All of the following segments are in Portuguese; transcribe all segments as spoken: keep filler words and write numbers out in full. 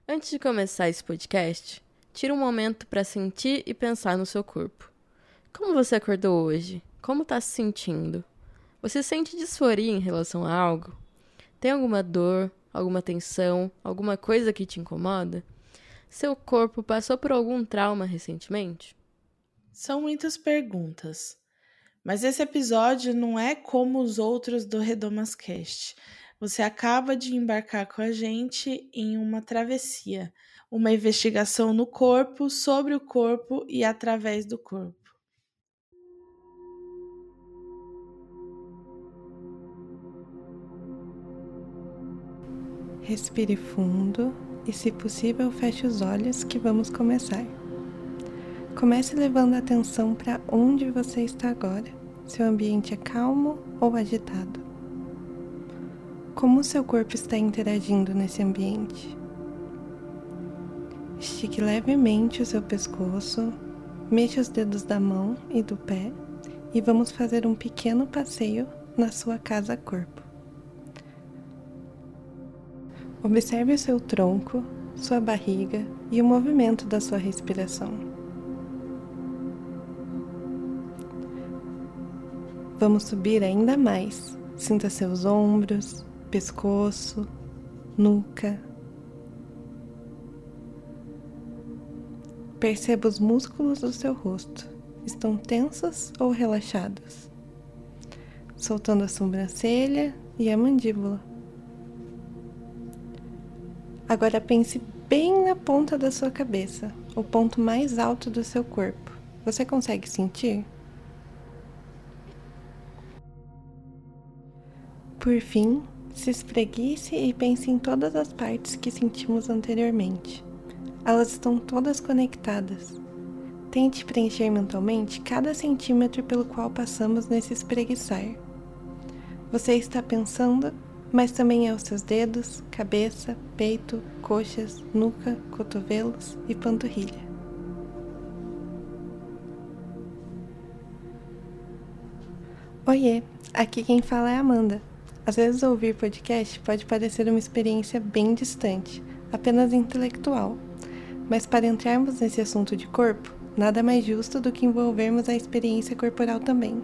Antes de começar esse podcast, tira um momento para sentir e pensar no seu corpo. Como você acordou hoje? Como está se sentindo? Você sente disforia em relação a algo? Tem alguma dor, alguma tensão, alguma coisa que te incomoda? Seu corpo passou por algum trauma recentemente? São muitas perguntas, mas esse episódio não é como os outros do Redomascast. Você acaba de embarcar com a gente em uma travessia, uma investigação no corpo, sobre o corpo e através do corpo. Respire fundo e, se possível, feche os olhos que vamos começar. Comece levando a atenção para onde você está agora. Seu ambiente é calmo ou agitado? Como o seu corpo está interagindo nesse ambiente? Estique levemente o seu pescoço, mexa os dedos da mão e do pé e vamos fazer um pequeno passeio na sua casa-corpo. Observe o seu tronco, sua barriga e o movimento da sua respiração. Vamos subir ainda mais. Sinta seus ombros, pescoço, nuca. Perceba os músculos do seu rosto. Estão tensos ou relaxados? Soltando a sobrancelha e a mandíbula. Agora pense bem na ponta da sua cabeça, o ponto mais alto do seu corpo. Você consegue sentir? Por fim, se espreguice e pense em todas as partes que sentimos anteriormente. Elas estão todas conectadas. Tente preencher mentalmente cada centímetro pelo qual passamos nesse espreguiçar. Você está pensando, mas também é os seus dedos, cabeça, peito, coxas, nuca, cotovelos e panturrilha. Oiê, aqui quem fala é a Amanda. Às vezes ouvir podcast pode parecer uma experiência bem distante, apenas intelectual. Mas para entrarmos nesse assunto de corpo, nada mais justo do que envolvermos a experiência corporal também.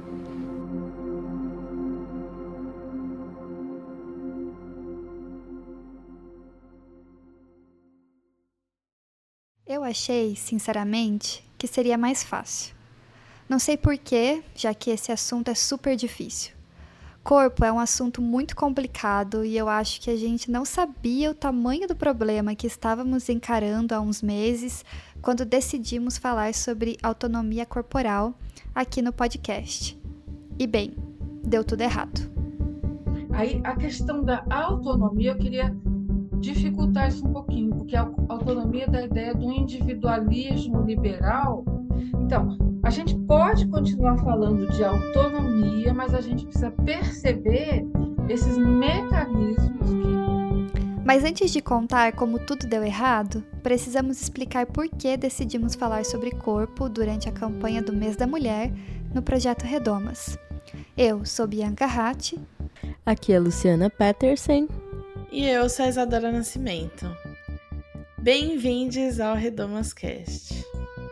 Eu achei, sinceramente, que seria mais fácil. Não sei porquê, já que esse assunto é super difícil. Corpo é um assunto muito complicado e eu acho que a gente não sabia o tamanho do problema que estávamos encarando há uns meses quando decidimos falar sobre autonomia corporal aqui no podcast. E bem, deu tudo errado. Aí a questão da autonomia eu queria dificultar isso um pouquinho, porque a autonomia da ideia do individualismo liberal. Então, a gente pode continuar falando de autonomia, mas a gente precisa perceber esses mecanismos que... Mas antes de contar como tudo deu errado, precisamos explicar por que decidimos falar sobre corpo durante a campanha do Mês da Mulher no Projeto Redomas. Eu sou Bianca Ratti. Aqui é Luciana Petersen. E eu sou a Isadora Nascimento. Bem-vindos ao Redomascast.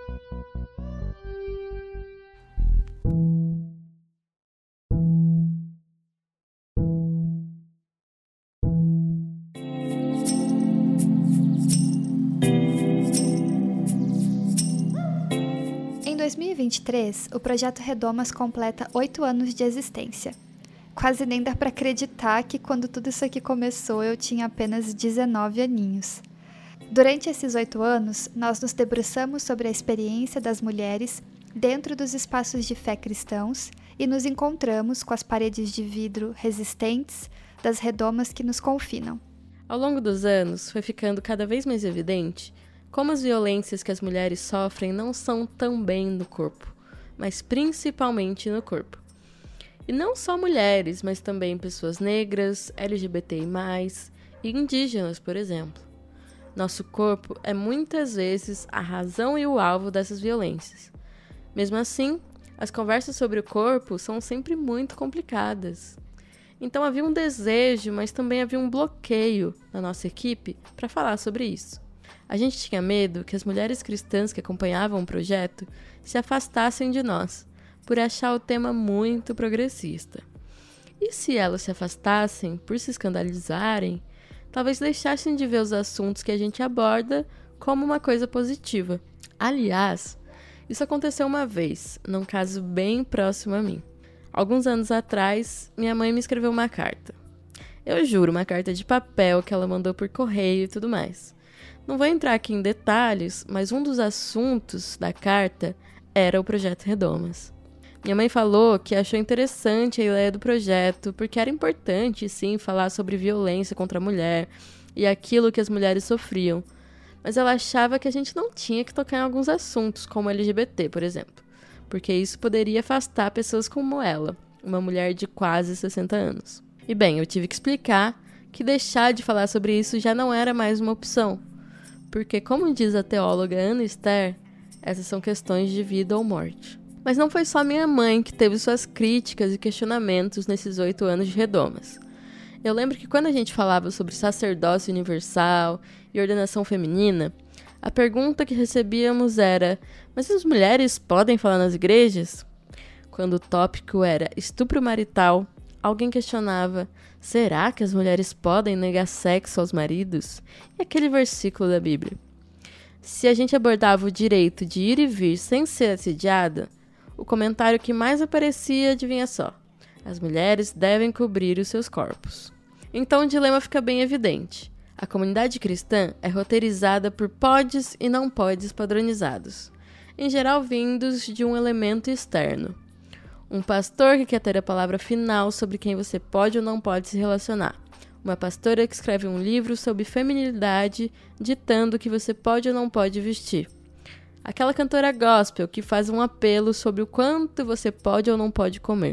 Em dois mil e vinte e três, o Projeto Redomas completa oito anos de existência. Quase nem dá para acreditar que quando tudo isso aqui começou eu tinha apenas dezenove aninhos. Durante esses oito anos, nós nos debruçamos sobre a experiência das mulheres dentro dos espaços de fé cristãos e nos encontramos com as paredes de vidro resistentes das redomas que nos confinam. Ao longo dos anos, foi ficando cada vez mais evidente como as violências que as mulheres sofrem não são também no corpo, mas principalmente no corpo. E não só mulheres, mas também pessoas negras, L G B T I mais, e indígenas, por exemplo. Nosso corpo é muitas vezes a razão e o alvo dessas violências. Mesmo assim, as conversas sobre o corpo são sempre muito complicadas. Então havia um desejo, mas também havia um bloqueio na nossa equipe para falar sobre isso. A gente tinha medo que as mulheres cristãs que acompanhavam o projeto se afastassem de nós, por achar o tema muito progressista. E se elas se afastassem por se escandalizarem, talvez deixassem de ver os assuntos que a gente aborda como uma coisa positiva. Aliás, isso aconteceu uma vez, num caso bem próximo a mim. Alguns anos atrás, minha mãe me escreveu uma carta. Eu juro, uma carta de papel que ela mandou por correio e tudo mais. Não vou entrar aqui em detalhes, mas um dos assuntos da carta era o Projeto Redomas. Minha mãe falou que achou interessante a ideia do projeto, porque era importante, sim, falar sobre violência contra a mulher e aquilo que as mulheres sofriam. Mas ela achava que a gente não tinha que tocar em alguns assuntos, como L G B T, por exemplo, porque isso poderia afastar pessoas como ela, uma mulher de quase sessenta anos. E bem, eu tive que explicar que deixar de falar sobre isso já não era mais uma opção, porque, como diz a teóloga Ana Esther, essas são questões de vida ou morte. Mas não foi só minha mãe que teve suas críticas e questionamentos nesses oito anos de Redomas. Eu lembro que quando a gente falava sobre sacerdócio universal e ordenação feminina, a pergunta que recebíamos era: mas as mulheres podem falar nas igrejas? Quando o tópico era estupro marital, alguém questionava: será que as mulheres podem negar sexo aos maridos? E aquele versículo da Bíblia. Se a gente abordava o direito de ir e vir sem ser assediada, o comentário que mais aparecia, adivinha só: as mulheres devem cobrir os seus corpos. Então o dilema fica bem evidente. A comunidade cristã é roteirizada por podes e não podes padronizados, em geral vindos de um elemento externo. Um pastor que quer ter a palavra final sobre quem você pode ou não pode se relacionar. Uma pastora que escreve um livro sobre feminilidade, ditando o que você pode ou não pode vestir. Aquela cantora gospel que faz um apelo sobre o quanto você pode ou não pode comer.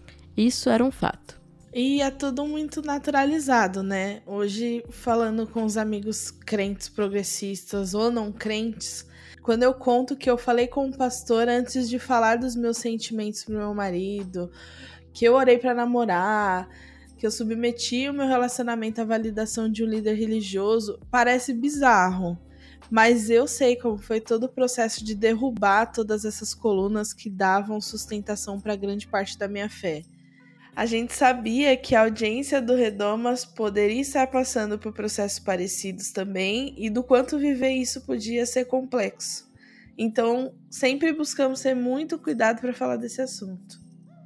Isso era um fato. E é tudo muito naturalizado, né? Hoje, falando com os amigos crentes progressistas ou não crentes, quando eu conto que eu falei com um pastor antes de falar dos meus sentimentos pro meu marido, que eu orei para namorar, que eu submeti o meu relacionamento à validação de um líder religioso, parece bizarro. Mas eu sei como foi todo o processo de derrubar todas essas colunas que davam sustentação para grande parte da minha fé. A gente sabia que a audiência do Redomas poderia estar passando por processos parecidos também e do quanto viver isso podia ser complexo. Então, sempre buscamos ter muito cuidado para falar desse assunto.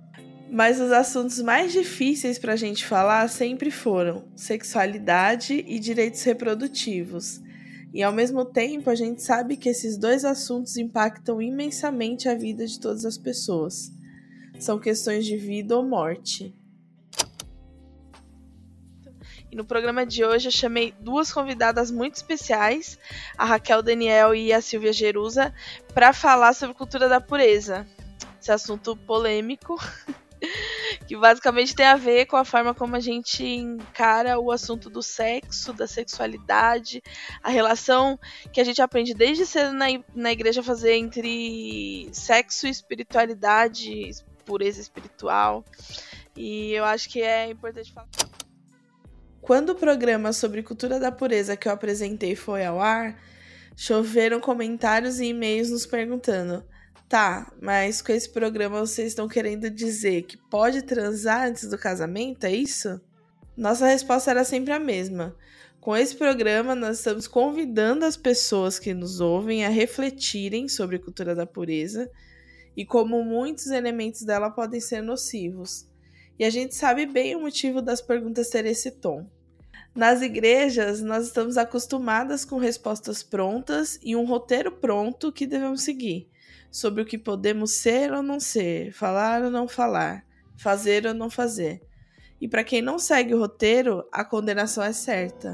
Mas os assuntos mais difíceis para a gente falar sempre foram sexualidade e direitos reprodutivos. E ao mesmo tempo, a gente sabe que esses dois assuntos impactam imensamente a vida de todas as pessoas. São questões de vida ou morte. E no programa de hoje eu chamei duas convidadas muito especiais, a Raquel Daniel e a Silvia Jerusa, para falar sobre cultura da pureza. Esse assunto polêmico, que basicamente tem a ver com a forma como a gente encara o assunto do sexo, da sexualidade, a relação que a gente aprende desde cedo na, na igreja a fazer entre sexo e espiritualidade, pureza espiritual. E eu acho que é importante falar. Quando o programa sobre cultura da pureza que eu apresentei foi ao ar, choveram comentários e e-mails nos perguntando: tá, mas com esse programa vocês estão querendo dizer que pode transar antes do casamento, é isso? Nossa resposta era sempre a mesma. Com esse programa, nós estamos convidando as pessoas que nos ouvem a refletirem sobre a cultura da pureza e como muitos elementos dela podem ser nocivos. E a gente sabe bem o motivo das perguntas ter esse tom. Nas igrejas, nós estamos acostumadas com respostas prontas e um roteiro pronto que devemos seguir, sobre o que podemos ser ou não ser, falar ou não falar, fazer ou não fazer. E para quem não segue o roteiro, a condenação é certa.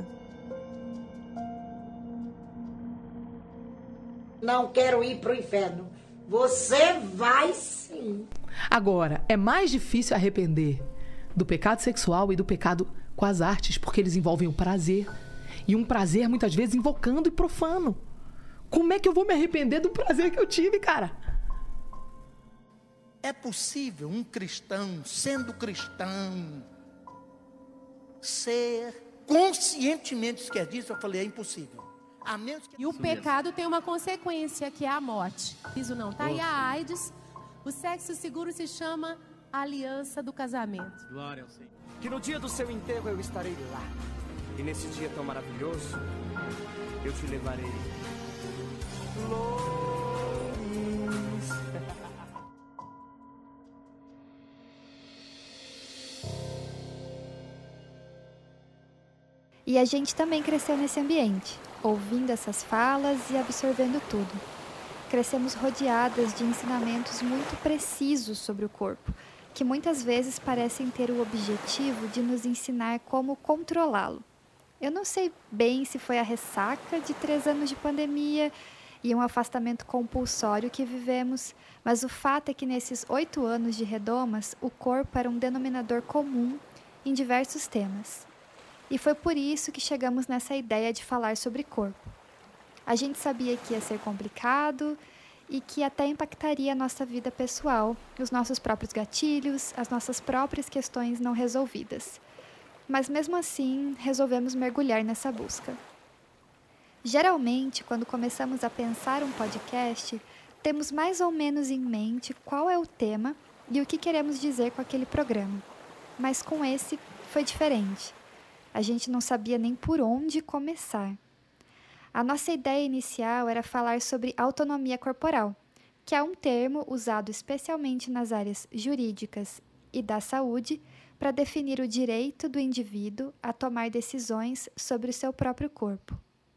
Não quero ir pro inferno. Você vai sim. Agora, é mais difícil arrepender do pecado sexual e do pecado com as artes, porque eles envolvem o prazer. E um prazer, muitas vezes, invocando e profano. Como é que eu vou me arrepender do prazer que eu tive, cara? É possível um cristão, sendo cristão, ser conscientemente esquerdista, eu falei, é impossível. A menos que... E o pecado tem uma consequência, que é a morte. Isso não tá? E a AIDS, o sexo seguro se chama aliança do casamento. Glória ao Senhor. Que no dia do seu enterro eu estarei lá. E nesse dia tão maravilhoso, eu te levarei longe. E a gente também cresceu nesse ambiente, ouvindo essas falas e absorvendo tudo. Crescemos rodeadas de ensinamentos muito precisos sobre o corpo, que muitas vezes parecem ter o objetivo de nos ensinar como controlá-lo. Eu não sei bem se foi a ressaca de três anos de pandemia e um afastamento compulsório que vivemos, mas o fato é que nesses oito anos de Redomas, o corpo era um denominador comum em diversos temas. E foi por isso que chegamos nessa ideia de falar sobre corpo. A gente sabia que ia ser complicado e que até impactaria a nossa vida pessoal, os nossos próprios gatilhos, as nossas próprias questões não resolvidas. Mas mesmo assim, resolvemos mergulhar nessa busca. Geralmente, quando começamos a pensar um podcast, temos mais ou menos em mente qual é o tema e o que queremos dizer com aquele programa. Mas com esse foi diferente. A gente não sabia nem por onde começar. A nossa ideia inicial era falar sobre autonomia corporal, que é um termo usado especialmente nas áreas jurídicas e da saúde para definir o direito do indivíduo a tomar decisões sobre o seu próprio corpo.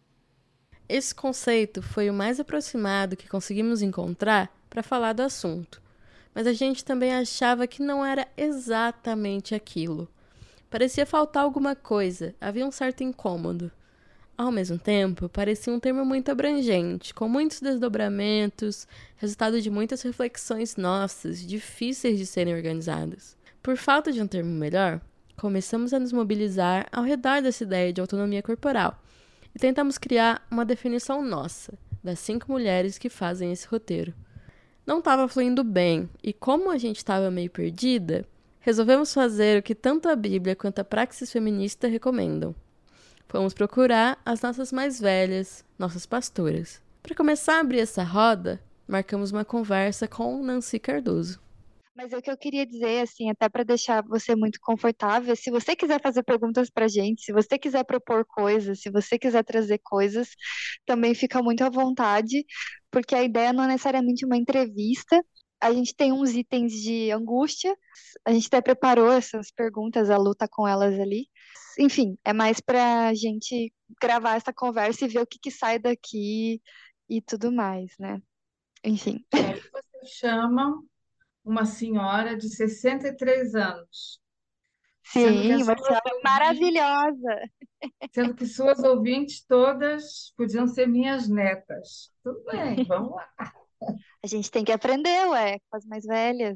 Esse conceito foi o mais aproximado que conseguimos encontrar para falar do assunto, mas a gente também achava que não era exatamente aquilo. Parecia faltar alguma coisa, havia um certo incômodo. Ao mesmo tempo, parecia um termo muito abrangente, com muitos desdobramentos, resultado de muitas reflexões nossas, difíceis de serem organizadas. Por falta de um termo melhor, começamos a nos mobilizar ao redor dessa ideia de autonomia corporal e tentamos criar uma definição nossa, das cinco mulheres que fazem esse roteiro. Não estava fluindo bem, e como a gente estava meio perdida, resolvemos fazer o que tanto a Bíblia quanto a praxis feminista recomendam. Fomos procurar as nossas mais velhas, nossas pastoras. Para começar a abrir essa roda, marcamos uma conversa com Nancy Cardoso. Mas o que eu queria dizer, assim, até para deixar você muito confortável, se você quiser fazer perguntas para a gente, se você quiser propor coisas, se você quiser trazer coisas, também fica muito à vontade, porque a ideia não é necessariamente uma entrevista. A gente tem uns itens de angústia, a gente até preparou essas perguntas, a Lu tá com elas ali. Enfim, é mais para a gente gravar essa conversa e ver o que, que sai daqui e tudo mais, né? Enfim. E aí você chama uma senhora de sessenta e três anos. Sendo que Sim, as uma suas senhora ouvintes- maravilhosa. Sendo que suas ouvintes todas podiam ser minhas netas. Tudo bem, vamos lá. A gente tem que aprender, ué, com as mais velhas.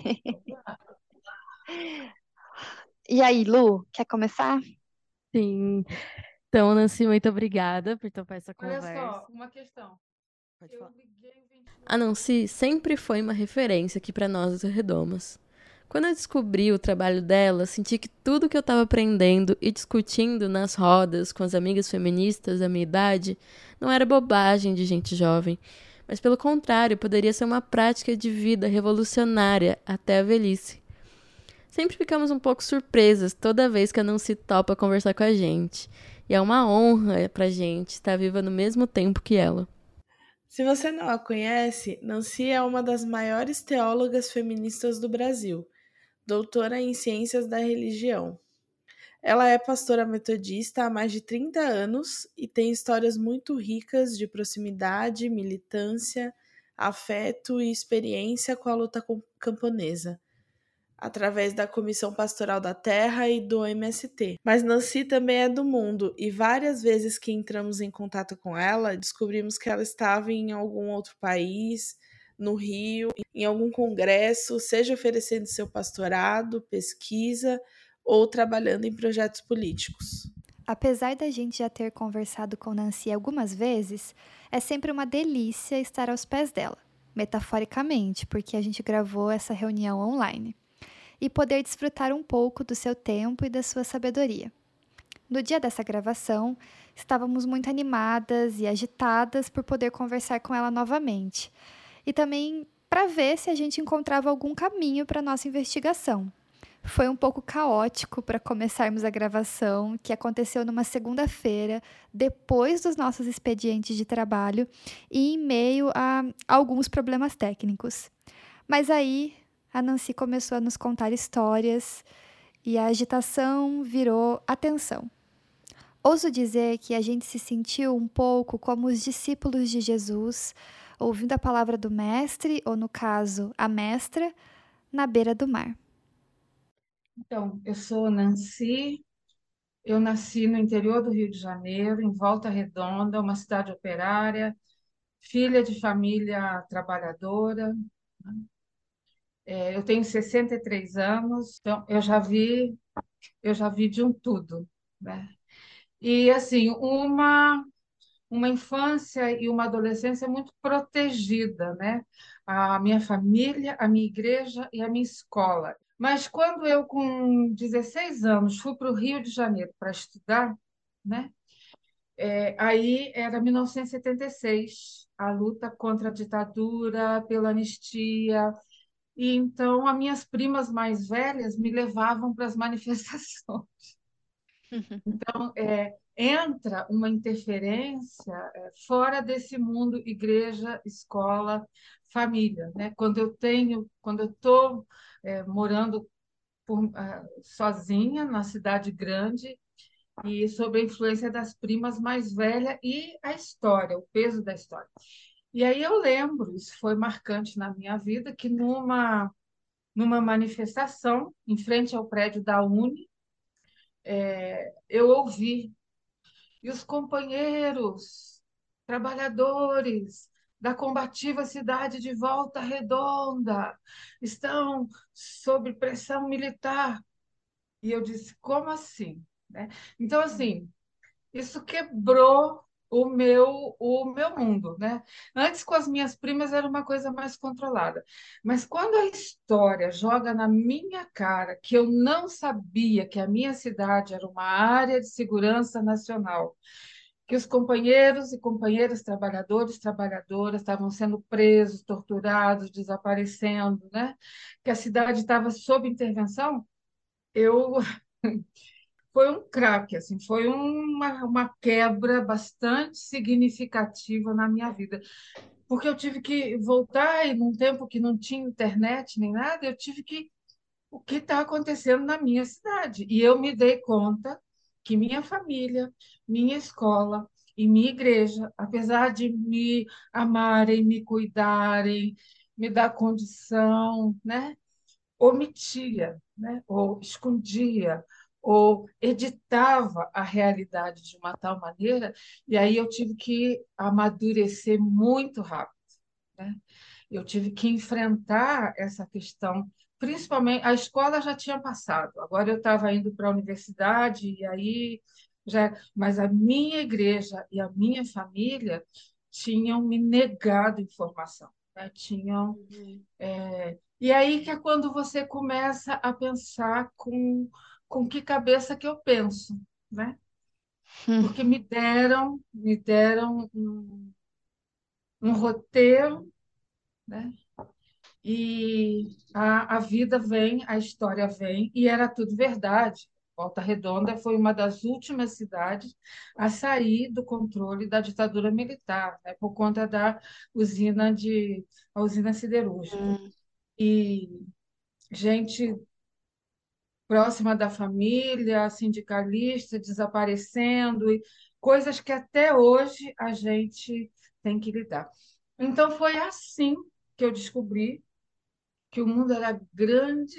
E aí, Lu, quer começar? Sim. Então, Nancy, muito obrigada por topar essa Olha conversa. só, uma questão. Pode Eu falar. liguei o ventilador. A Nancy sempre foi uma referência aqui para nós, os Redomas. Quando eu descobri o trabalho dela, senti que tudo que eu estava aprendendo e discutindo nas rodas com as amigas feministas da minha idade não era bobagem de gente jovem, mas pelo contrário, poderia ser uma prática de vida revolucionária até a velhice. Sempre ficamos um pouco surpresas toda vez que a Nancy topa conversar com a gente, e é uma honra pra gente estar viva no mesmo tempo que ela. Se você não a conhece, Nancy é uma das maiores teólogas feministas do Brasil, doutora em Ciências da Religião. Ela é pastora metodista há mais de trinta anos e tem histórias muito ricas de proximidade, militância, afeto e experiência com a luta camponesa, através da Comissão Pastoral da Terra e do M S T. Mas Nancy também é do mundo, e várias vezes que entramos em contato com ela, descobrimos que ela estava em algum outro país, no Rio, em algum congresso, seja oferecendo seu pastorado, pesquisa ou trabalhando em projetos políticos. Apesar da gente já ter conversado com Nancy algumas vezes, é sempre uma delícia estar aos pés dela, metaforicamente, porque a gente gravou essa reunião online, e poder desfrutar um pouco do seu tempo e da sua sabedoria. No dia dessa gravação, estávamos muito animadas e agitadas por poder conversar com ela novamente. E também para ver se a gente encontrava algum caminho para nossa investigação. Foi um pouco caótico para começarmos a gravação, que aconteceu numa segunda-feira, depois dos nossos expedientes de trabalho e em meio a alguns problemas técnicos. Mas aí a Nancy começou a nos contar histórias e a agitação virou atenção. Ouso dizer que a gente se sentiu um pouco como os discípulos de Jesus, ouvindo a palavra do mestre, ou no caso, a mestra, na beira do mar. Então, eu sou Nancy, eu nasci no interior do Rio de Janeiro, em Volta Redonda, uma cidade operária, filha de família trabalhadora. É, eu tenho sessenta e três anos, então eu já vi, eu já vi de um tudo, né? E assim, uma uma infância e uma adolescência muito protegida, né? A minha família, a minha igreja e a minha escola. Mas quando eu, com dezesseis anos, fui para o Rio de Janeiro para estudar, né? É, aí era mil novecentos e setenta e seis, a luta contra a ditadura, pela anistia. E então, as minhas primas mais velhas me levavam para as manifestações. Então, é, entra uma interferência é, fora desse mundo igreja, escola, família, né? Quando eu tenho, quando eu estou é, morando por, ah, sozinha na cidade grande e sob a influência das primas mais velhas e a história, o peso da história. E aí eu lembro, isso foi marcante na minha vida, que numa numa manifestação em frente ao prédio da Uni, é, eu ouvi. E os companheiros, trabalhadores da combativa cidade de Volta Redonda estão sob pressão militar. E eu disse, como assim? Né? Então, assim, isso quebrou o meu, o meu mundo, né? Antes, com as minhas primas, era uma coisa mais controlada. Mas quando a história joga na minha cara que eu não sabia que a minha cidade era uma área de segurança nacional, que os companheiros e companheiras trabalhadores, trabalhadoras estavam sendo presos, torturados, desaparecendo, né? Que a cidade estava sob intervenção, eu foi um craque, assim, foi uma, uma quebra bastante significativa na minha vida, porque eu tive que voltar e num tempo que não tinha internet nem nada, eu tive que o que está acontecendo na minha cidade. E eu me dei conta que minha família, minha escola e minha igreja, apesar de me amarem, me cuidarem, me dar condição, né, omitia, né, ou escondia, ou editava a realidade de uma tal maneira, e aí eu tive que amadurecer muito rápido, né? Eu tive que enfrentar essa questão, principalmente a escola já tinha passado, agora eu estava indo para a universidade e aí já, mas a minha igreja e a minha família tinham me negado informação, né? Tinham é, e aí que é quando você começa a pensar com com que cabeça que eu penso, né? Porque me deram me deram um, um roteiro, né? E a, a vida vem, a história vem, e era tudo verdade. Volta Redonda foi uma das últimas cidades a sair do controle da ditadura militar, né, por conta da usina de a usina siderúrgica. E gente próxima da família, sindicalista, desaparecendo, e coisas que até hoje a gente tem que lidar. Então foi assim que eu descobri que o mundo era grande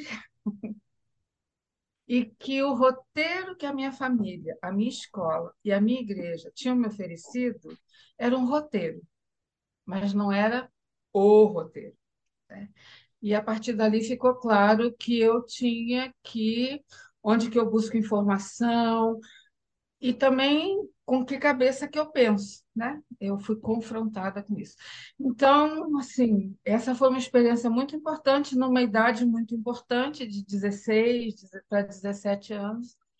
e que o roteiro que a minha família, a minha escola e a minha igreja tinham me oferecido era um roteiro, mas não era o roteiro, né? E a partir dali ficou claro que eu tinha que, onde que eu busco informação, e também com que cabeça que eu penso, né? Eu fui confrontada com isso. Então, assim, essa foi uma experiência muito importante, numa idade muito importante, de dezesseis para dezessete anos,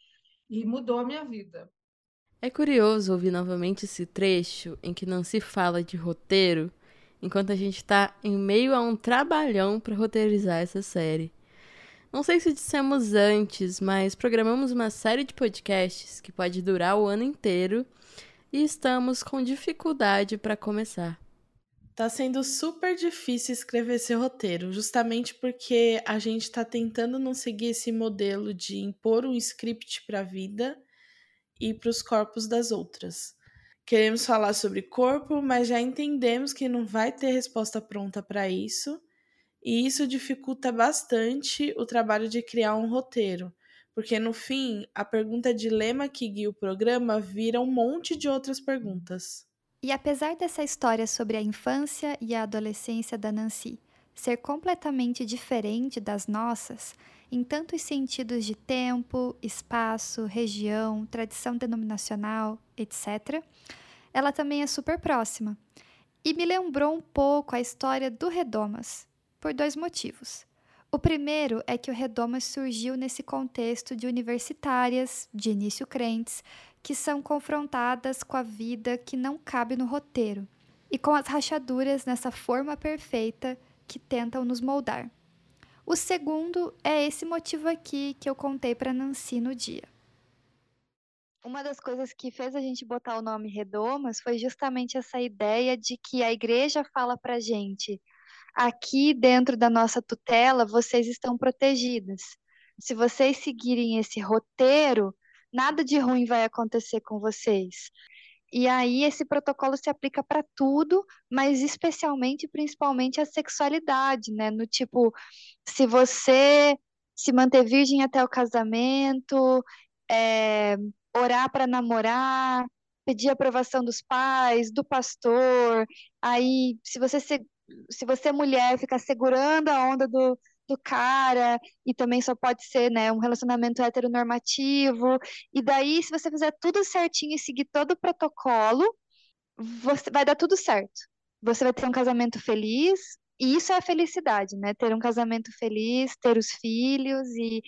e mudou a minha vida. É curioso ouvir novamente esse trecho em que não se fala de roteiro, enquanto a gente está em meio a um trabalhão para roteirizar essa série. Não sei se dissemos antes, mas programamos uma série de podcasts que pode durar o ano inteiro e estamos com dificuldade para começar. Tá sendo super difícil escrever esse roteiro, justamente porque a gente tá tentando não seguir esse modelo de impor um script para a vida e para os corpos das outras. Queremos falar sobre corpo, mas já entendemos que não vai ter resposta pronta para isso, e isso dificulta bastante o trabalho de criar um roteiro, porque no fim, a pergunta dilema que guia o programa vira um monte de outras perguntas. E apesar dessa história sobre a infância e a adolescência da Nancy ser completamente diferente das nossas, em tantos sentidos de tempo, espaço, região, tradição denominacional, etcétera, ela também é super próxima. E me lembrou um pouco a história do Redomas, por dois motivos. O primeiro é que o Redomas surgiu nesse contexto de universitárias, de início crentes, que são confrontadas com a vida que não cabe no roteiro e com as rachaduras nessa forma perfeita que tentam nos moldar. O segundo é esse motivo aqui que eu contei para Nancy no dia. Uma das coisas que fez a gente botar o nome Redomas foi justamente essa ideia de que a igreja fala pra gente: aqui dentro da nossa tutela vocês estão protegidas. Se vocês seguirem esse roteiro, nada de ruim vai acontecer com vocês. E aí esse protocolo se aplica para tudo, mas especialmente e principalmente a sexualidade, né? No tipo, se você se manter virgem até o casamento, é, orar para namorar, pedir aprovação dos pais, do pastor, aí se você se, se você é mulher, ficar segurando a onda do, do cara, e também só pode ser, né, um relacionamento heteronormativo, e daí se você fizer tudo certinho e seguir todo o protocolo, você vai dar tudo certo. Você vai ter um casamento feliz, e isso é a felicidade, né? Ter um casamento feliz, ter os filhos e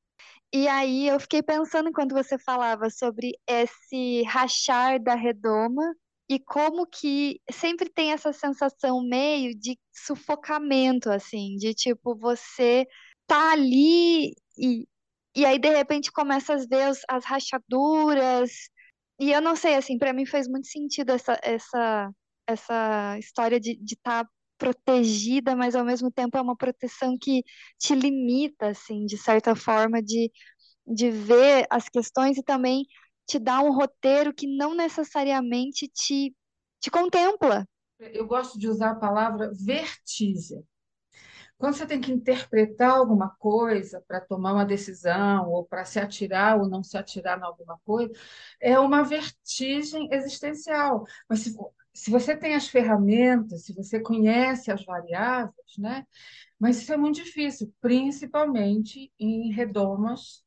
e aí eu fiquei pensando enquanto você falava sobre esse rachar da redoma e como que sempre tem essa sensação meio de sufocamento, assim, de tipo, você tá ali e, e aí de repente começa a ver as, as rachaduras. E eu não sei, assim, para mim fez muito sentido essa, essa, essa história de estar protegida, mas ao mesmo tempo é uma proteção que te limita, assim, de certa forma, de, de ver as questões e também te dá um roteiro que não necessariamente te, te contempla. Eu gosto de usar a palavra vertigem. Quando você tem que interpretar alguma coisa para tomar uma decisão, ou para se atirar ou não se atirar em alguma coisa, é uma vertigem existencial. Mas se, se você tem as ferramentas, se você conhece as variáveis, né? Mas isso é muito difícil, principalmente em redomas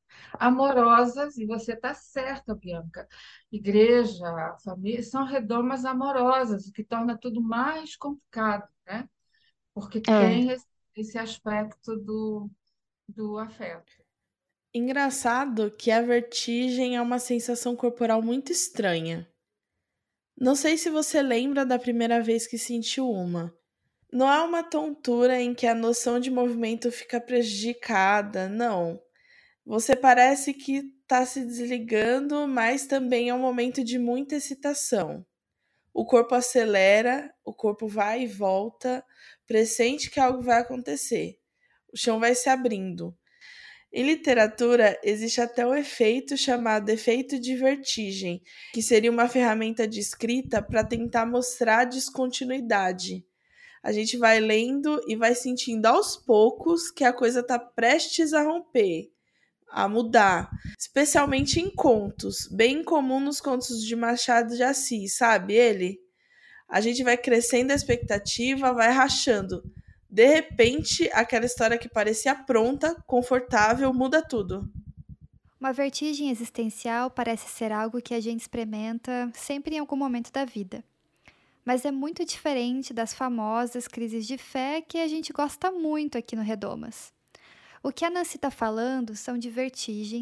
amorosas, e você está certa, Bianca. Igreja, família, são redomas amorosas, o que torna tudo mais complicado, né? Porque É. tem esse- esse aspecto do, do afeto. Engraçado que a vertigem é uma sensação corporal muito estranha. Não sei se você lembra da primeira vez que sentiu uma. Não é uma tontura em que a noção de movimento fica prejudicada, não. Você parece que está se desligando, mas também é um momento de muita excitação. O corpo acelera, o corpo vai e volta, pressente que algo vai acontecer. O chão vai se abrindo. Em literatura, existe até um efeito chamado efeito de vertigem, que seria uma ferramenta de escrita para tentar mostrar descontinuidade. A gente vai lendo e vai sentindo aos poucos que a coisa está prestes a romper, a mudar, especialmente em contos, bem comum nos contos de Machado de Assis, sabe ele? A gente vai crescendo a expectativa, vai rachando. De repente, aquela história que parecia pronta, confortável, muda tudo. Uma vertigem existencial parece ser algo que a gente experimenta sempre em algum momento da vida. Mas é muito diferente das famosas crises de fé que a gente gosta muito aqui no Redomas. O que a Nancy está falando são de vertigens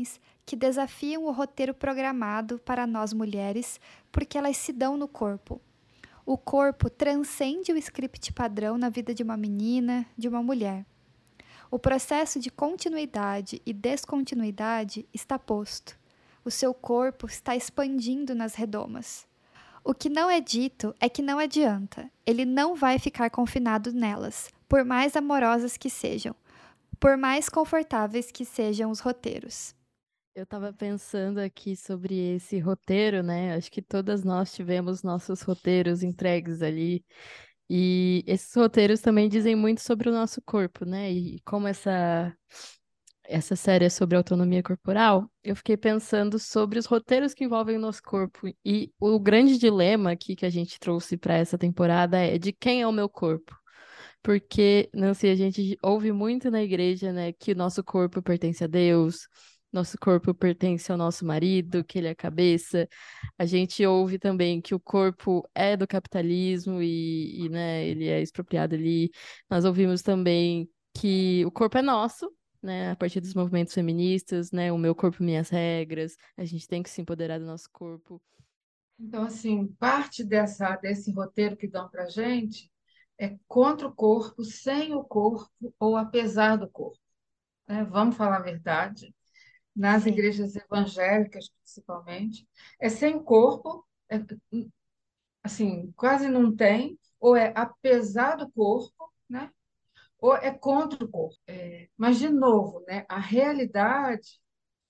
que desafiam o roteiro programado para nós mulheres porque elas se dão no corpo. O corpo transcende o script padrão na vida de uma menina, de uma mulher. O processo de continuidade e descontinuidade está posto. O seu corpo está expandindo nas redomas. O que não é dito é que não adianta. Ele não vai ficar confinado nelas, por mais amorosas que sejam, por mais confortáveis que sejam os roteiros. Eu tava pensando aqui sobre esse roteiro, né? Acho que todas nós tivemos nossos roteiros entregues ali. E esses roteiros também dizem muito sobre o nosso corpo, né? E como essa, essa série é sobre autonomia corporal, eu fiquei pensando sobre os roteiros que envolvem o nosso corpo. E o grande dilema aqui que a gente trouxe para essa temporada é de quem é o meu corpo. Porque, Nancy, a gente ouve muito na igreja, né, que o nosso corpo pertence a Deus, nosso corpo pertence ao nosso marido, que ele é a cabeça. A gente ouve também que o corpo é do capitalismo e, e, né, ele é expropriado ali. Nós ouvimos também que o corpo é nosso, né, a partir dos movimentos feministas, né, o meu corpo, minhas regras. A gente tem que se empoderar do nosso corpo. Então, assim, parte dessa, desse roteiro que dão para a gente é contra o corpo, sem o corpo ou apesar do corpo, né? Vamos falar a verdade. Nas Sim. igrejas evangélicas, principalmente, é sem corpo, é, assim, quase não tem, ou é apesar do corpo, né? Ou é contra o corpo. É, mas, de novo, né? A realidade,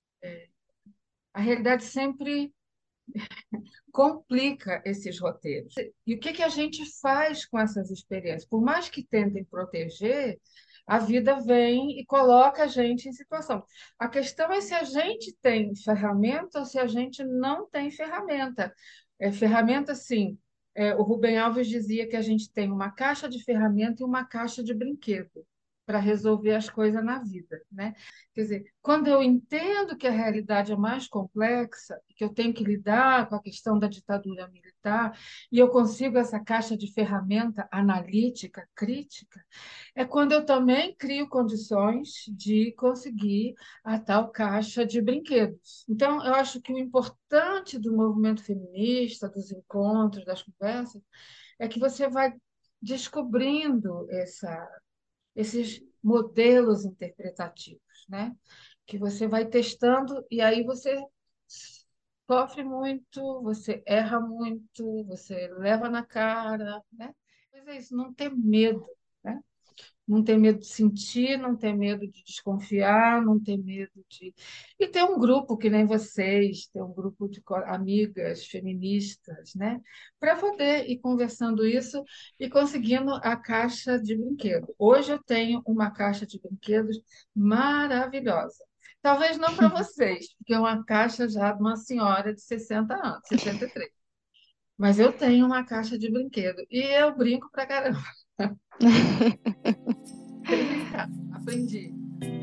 a realidade sempre complica esses roteiros. E o que que a gente faz com essas experiências? Por mais que tentem proteger, a vida vem e coloca a gente em situação. A questão é se a gente tem ferramenta ou se a gente não tem ferramenta. É, ferramenta, sim. É, o Rubem Alves dizia que a gente tem uma caixa de ferramenta e uma caixa de brinquedo para resolver as coisas na vida, né? Quer dizer, quando eu entendo que a realidade é mais complexa, que eu tenho que lidar com a questão da ditadura militar, e eu consigo essa caixa de ferramenta analítica, crítica, é quando eu também crio condições de conseguir a tal caixa de brinquedos. Então, eu acho que o importante do movimento feminista, dos encontros, das conversas, é que você vai descobrindo essa esses modelos interpretativos, né? Que você vai testando e aí você sofre muito, você erra muito, você leva na cara, né? Mas é isso, não ter medo, né? Não ter medo de sentir, não ter medo de desconfiar, não ter medo de... E ter um grupo que nem vocês, ter um grupo de co- amigas feministas, né? Para poder ir conversando isso e conseguindo a caixa de brinquedo. Hoje eu tenho uma caixa de brinquedos maravilhosa. Talvez não para vocês, porque é uma caixa já de uma senhora de sessenta anos, sessenta e três. Mas eu tenho uma caixa de brinquedo e eu brinco pra caramba. Sei brincar, aprendi.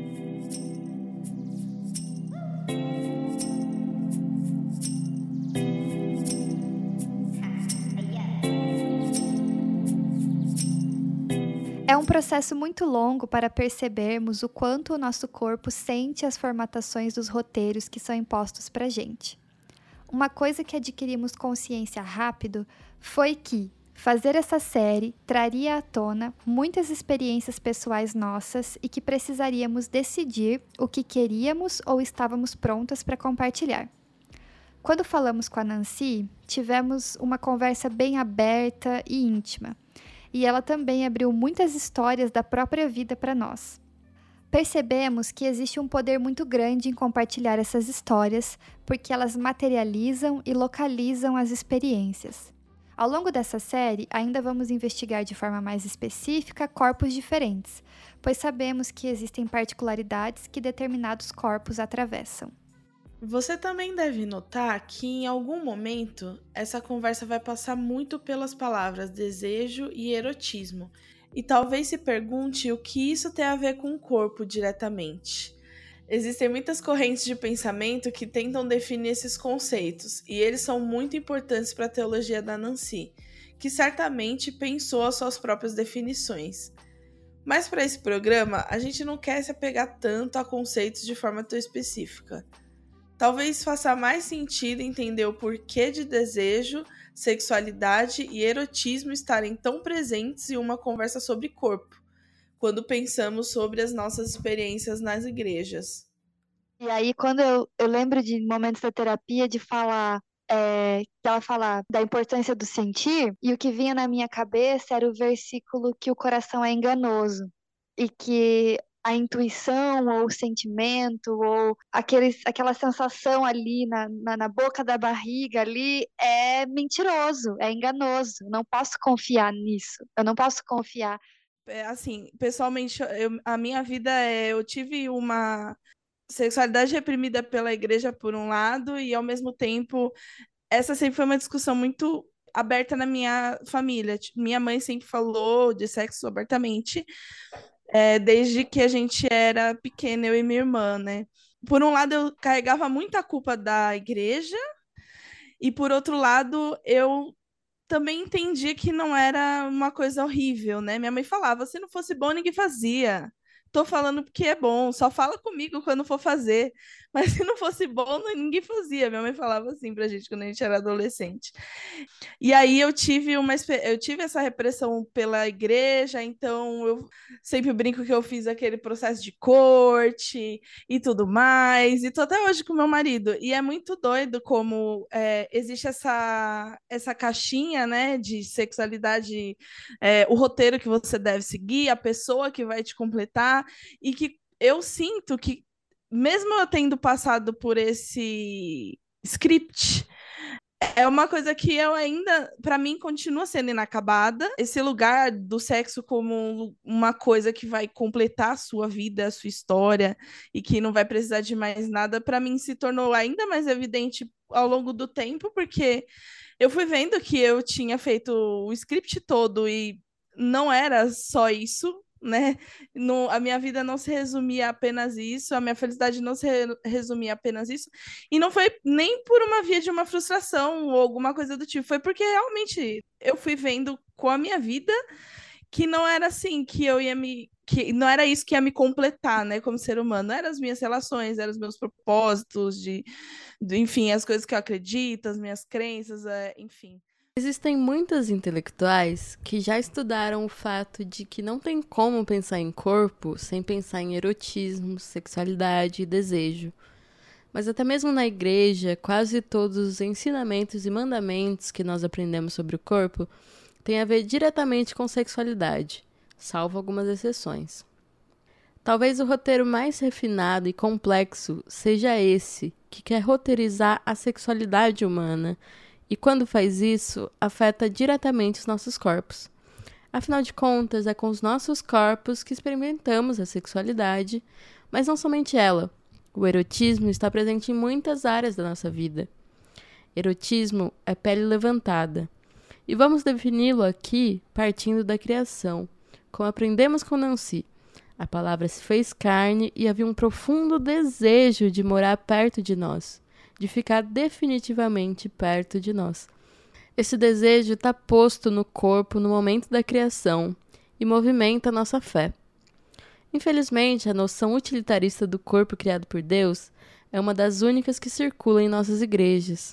É um processo muito longo para percebermos o quanto o nosso corpo sente as formatações dos roteiros que são impostos para a gente. Uma coisa que adquirimos consciência rápido foi que fazer essa série traria à tona muitas experiências pessoais nossas e que precisaríamos decidir o que queríamos ou estávamos prontas para compartilhar. Quando falamos com a Nancy, tivemos uma conversa bem aberta e íntima. E ela também abriu muitas histórias da própria vida para nós. Percebemos que existe um poder muito grande em compartilhar essas histórias, porque elas materializam e localizam as experiências. Ao longo dessa série, ainda vamos investigar de forma mais específica corpos diferentes, pois sabemos que existem particularidades que determinados corpos atravessam. Você também deve notar que, em algum momento, essa conversa vai passar muito pelas palavras desejo e erotismo, e talvez se pergunte o que isso tem a ver com o corpo diretamente. Existem muitas correntes de pensamento que tentam definir esses conceitos, e eles são muito importantes para a teologia da Nancy, que certamente pensou as suas próprias definições. Mas para esse programa, a gente não quer se apegar tanto a conceitos de forma tão específica. Talvez faça mais sentido entender o porquê de desejo, sexualidade e erotismo estarem tão presentes em uma conversa sobre corpo, quando pensamos sobre as nossas experiências nas igrejas. E aí, quando eu, eu lembro de momentos da terapia de falar, é, que ela fala da importância do sentir, e o que vinha na minha cabeça era o versículo que o coração é enganoso e que a intuição ou o sentimento ou aqueles, aquela sensação ali na, na, na boca da barriga ali é mentiroso, é enganoso. Eu não posso confiar nisso. Eu não posso confiar. É, assim, pessoalmente, eu- a minha vida é, eu tive uma sexualidade reprimida pela igreja por um lado e ao mesmo tempo essa sempre foi uma discussão muito aberta na minha família. Tipo, minha mãe sempre falou de sexo abertamente, é, desde que a gente era pequena, eu e minha irmã, né? Por um lado, eu carregava muita culpa da igreja, e por outro lado, eu também entendi que não era uma coisa horrível, né? Minha mãe falava, se não fosse bom, ninguém fazia. Tô falando porque é bom, só fala comigo quando for fazer. Mas se não fosse bom, ninguém fazia. Minha mãe falava assim pra gente quando a gente era adolescente. E aí eu tive uma eu tive essa repressão pela igreja, então eu sempre brinco que eu fiz aquele processo de corte e tudo mais, e tô até hoje com meu marido. E é muito doido como é, existe essa, essa caixinha, né, de sexualidade, é, o roteiro que você deve seguir, a pessoa que vai te completar, e que eu sinto que, mesmo eu tendo passado por esse script, é uma coisa que eu ainda, para mim, continua sendo inacabada. Esse lugar do sexo como um- uma coisa que vai completar a sua vida, a sua história e que não vai precisar de mais nada, para mim se tornou ainda mais evidente ao longo do tempo, porque eu fui vendo que eu tinha feito o script todo e não era só isso, né? Não, a minha vida não se resumia a apenas isso, a minha felicidade não se re- resumia a apenas isso. E não foi nem por uma via de uma frustração ou alguma coisa do tipo, foi porque realmente eu fui vendo com a minha vida que não era assim que eu ia me que não era isso que ia me completar, né, como ser humano. Eram as minhas relações, eram os meus propósitos de, de enfim, as coisas que eu acredito, as minhas crenças, é, enfim. Existem muitas intelectuais que já estudaram o fato de que não tem como pensar em corpo sem pensar em erotismo, sexualidade e desejo. Mas até mesmo na igreja, quase todos os ensinamentos e mandamentos que nós aprendemos sobre o corpo têm a ver diretamente com sexualidade, salvo algumas exceções. Talvez o roteiro mais refinado e complexo seja esse, que quer roteirizar a sexualidade humana, e quando faz isso, afeta diretamente os nossos corpos. Afinal de contas, é com os nossos corpos que experimentamos a sexualidade, mas não somente ela. O erotismo está presente em muitas áreas da nossa vida. Erotismo é pele levantada. E vamos defini-lo aqui partindo da criação. Como aprendemos com Nancy, a palavra se fez carne e havia um profundo desejo de morar perto de nós, de ficar definitivamente perto de nós. Esse desejo está posto no corpo no momento da criação e movimenta a nossa fé. Infelizmente, a noção utilitarista do corpo criado por Deus é uma das únicas que circula em nossas igrejas.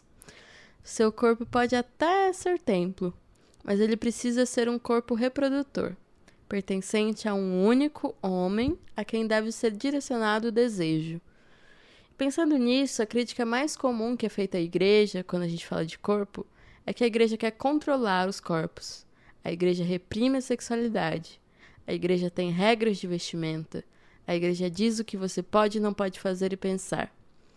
Seu corpo pode até ser templo, mas ele precisa ser um corpo reprodutor, pertencente a um único homem a quem deve ser direcionado o desejo. Pensando nisso, a crítica mais comum que é feita à igreja, quando a gente fala de corpo, é que a igreja quer controlar os corpos. A igreja reprime a sexualidade. A igreja tem regras de vestimenta. A igreja diz o que você pode e não pode fazer e pensar.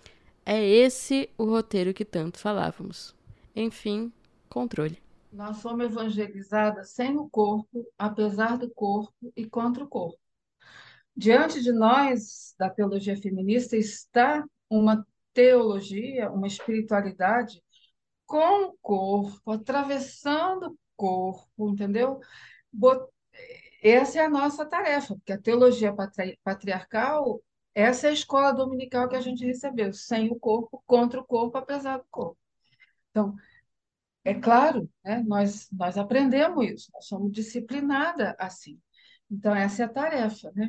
É esse o roteiro que tanto falávamos. Enfim, controle. Nós somos evangelizadas sem o corpo, apesar do corpo e contra o corpo. Diante de nós, da teologia feminista, está uma teologia, uma espiritualidade com o corpo, atravessando o corpo, entendeu? Bot- Essa é a nossa tarefa, porque a teologia patri- patriarcal, essa é a escola dominical que a gente recebeu, sem o corpo, contra o corpo, apesar do corpo. Então, é claro, né, nós, nós aprendemos isso, nós somos disciplinadas assim. Então, essa é a tarefa, né?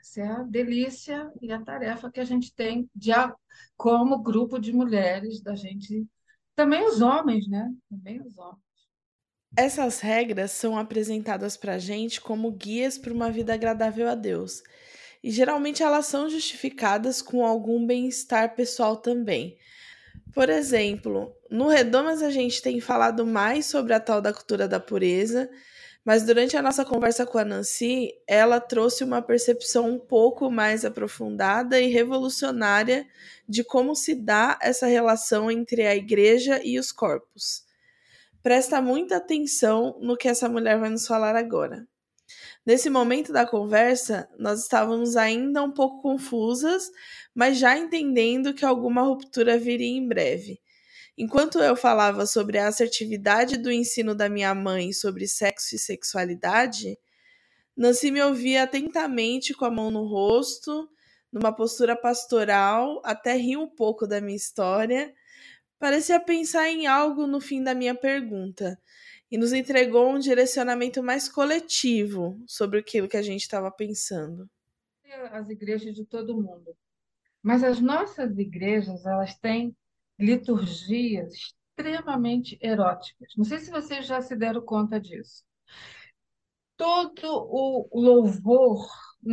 Essa é a delícia e a tarefa que a gente tem de, a- como grupo de mulheres, da gente. Também os homens, né? Também os homens. Essas regras são apresentadas para a gente como guias para uma vida agradável a Deus. E geralmente elas são justificadas com algum bem-estar pessoal também. Por exemplo, no Redomas a gente tem falado mais sobre a tal da cultura da pureza, mas durante a nossa conversa com a Nancy, ela trouxe uma percepção um pouco mais aprofundada e revolucionária de como se dá essa relação entre a igreja e os corpos. Presta muita atenção no que essa mulher vai nos falar agora. Nesse momento da conversa, nós estávamos ainda um pouco confusas, mas já entendendo que alguma ruptura viria em breve. Enquanto eu falava sobre a assertividade do ensino da minha mãe sobre sexo e sexualidade, Nancy me ouvia atentamente com a mão no rosto, numa postura pastoral, até ri um pouco da minha história. Parecia pensar em algo no fim da minha pergunta e nos entregou um direcionamento mais coletivo sobre aquilo que a gente estava pensando. As igrejas de todo mundo. Mas as nossas igrejas, elas têm liturgias extremamente eróticas. Não sei se vocês já se deram conta disso. Todo o louvor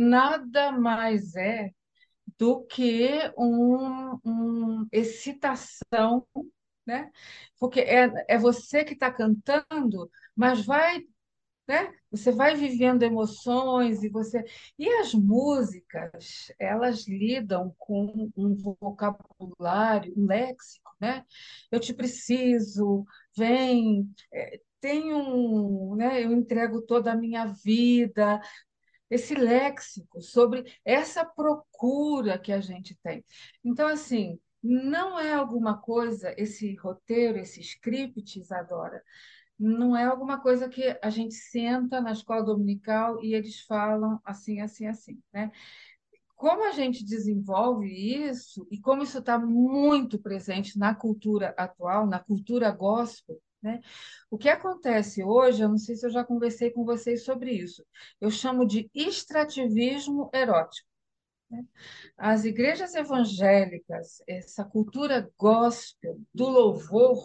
nada mais é do que um, um excitação, né? Porque é, é você que está cantando, mas vai, né? Você vai vivendo emoções e você e as músicas, elas lidam com um vocabulário, um léxico, né? Eu te preciso, vem, é, tem um, né? Eu entrego toda a minha vida, esse léxico sobre essa procura que a gente tem. Então, assim, não é alguma coisa, esse roteiro, esse script, Isadora, não é alguma coisa que a gente senta na escola dominical e eles falam assim, assim, assim, né? Como a gente desenvolve isso e como isso está muito presente na cultura atual, na cultura gospel, né? O que acontece hoje, eu não sei se eu já conversei com vocês sobre isso, eu chamo de extrativismo erótico. Né? As igrejas evangélicas, essa cultura gospel do louvor,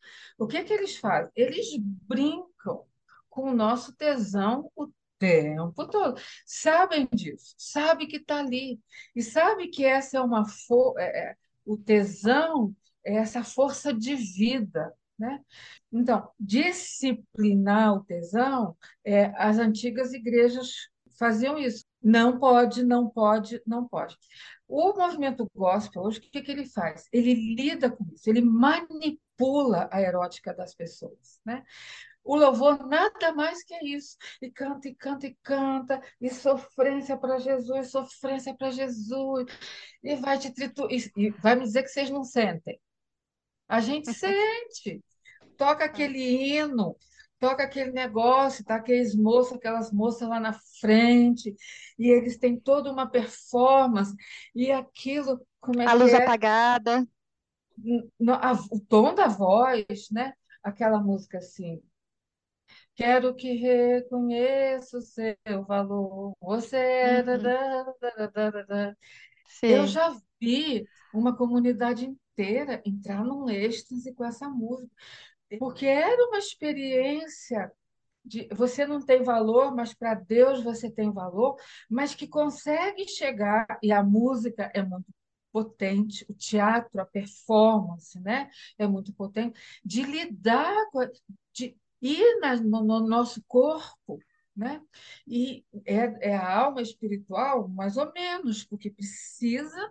o que que eles fazem? Eles brincam com o nosso tesão o tempo todo. Sabem disso, sabe que está ali. E sabe que essa é uma for é, é, o tesão é essa força de vida. Né? Então, disciplinar o tesão, é, as antigas igrejas faziam isso. Não pode, não pode, não pode. O movimento gospel, hoje, o que, que ele faz? Ele lida com isso, ele manipula a erótica das pessoas, né? O louvor nada mais que é isso. E canta, e canta, e canta, e sofrência para Jesus, sofrência para Jesus, e vai te tritu... e, e vai me dizer que vocês não sentem. A gente sente. Toca aquele hino, toca aquele negócio, tá aqueles moços, aquelas moças lá na frente, e eles têm toda uma performance, e aquilo, como é A que luz é? apagada. No- a- o tom da voz, né? Aquela música assim. Quero que reconheça o seu valor. Você é. da, Uhum. da, da, da, da, da. Eu Sim. já vi uma comunidade inteira entrar num êxtase com essa música, porque era uma experiência de você não tem valor, mas para Deus você tem valor, mas que consegue chegar, e a música é muito potente, o teatro, a performance, né, é muito potente, de lidar com, a- de ir na- no, no nosso corpo, né, e é, é a alma espiritual, mais ou menos, porque precisa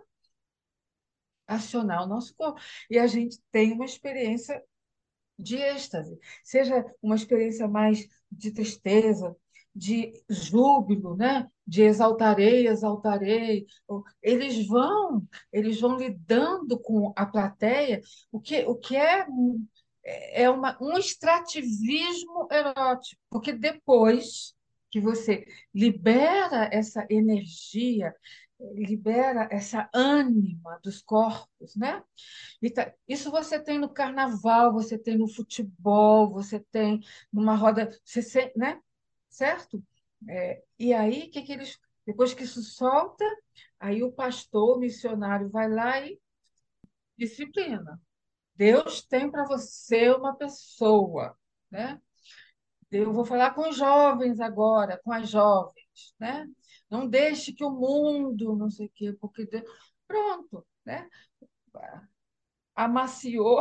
acionar o nosso corpo. E a gente tem uma experiência de êxtase, seja uma experiência mais de tristeza, de júbilo, né? De exaltarei, exaltarei. Eles vão, eles vão lidando com a plateia, o que, o que é um- é uma, um extrativismo erótico, porque depois que você libera essa energia, libera essa ânima dos corpos, né? E tá- Isso você tem no carnaval, você tem no futebol, você tem numa roda, você, se- né? Certo? É, e aí, o que que eles Depois que isso solta, aí o pastor, o missionário vai lá e disciplina. Deus tem para você uma pessoa, né? Eu vou falar com os jovens agora, com as jovens, né? Não deixe que o mundo, não sei o quê, porque Deus... pronto, né? Amaciou,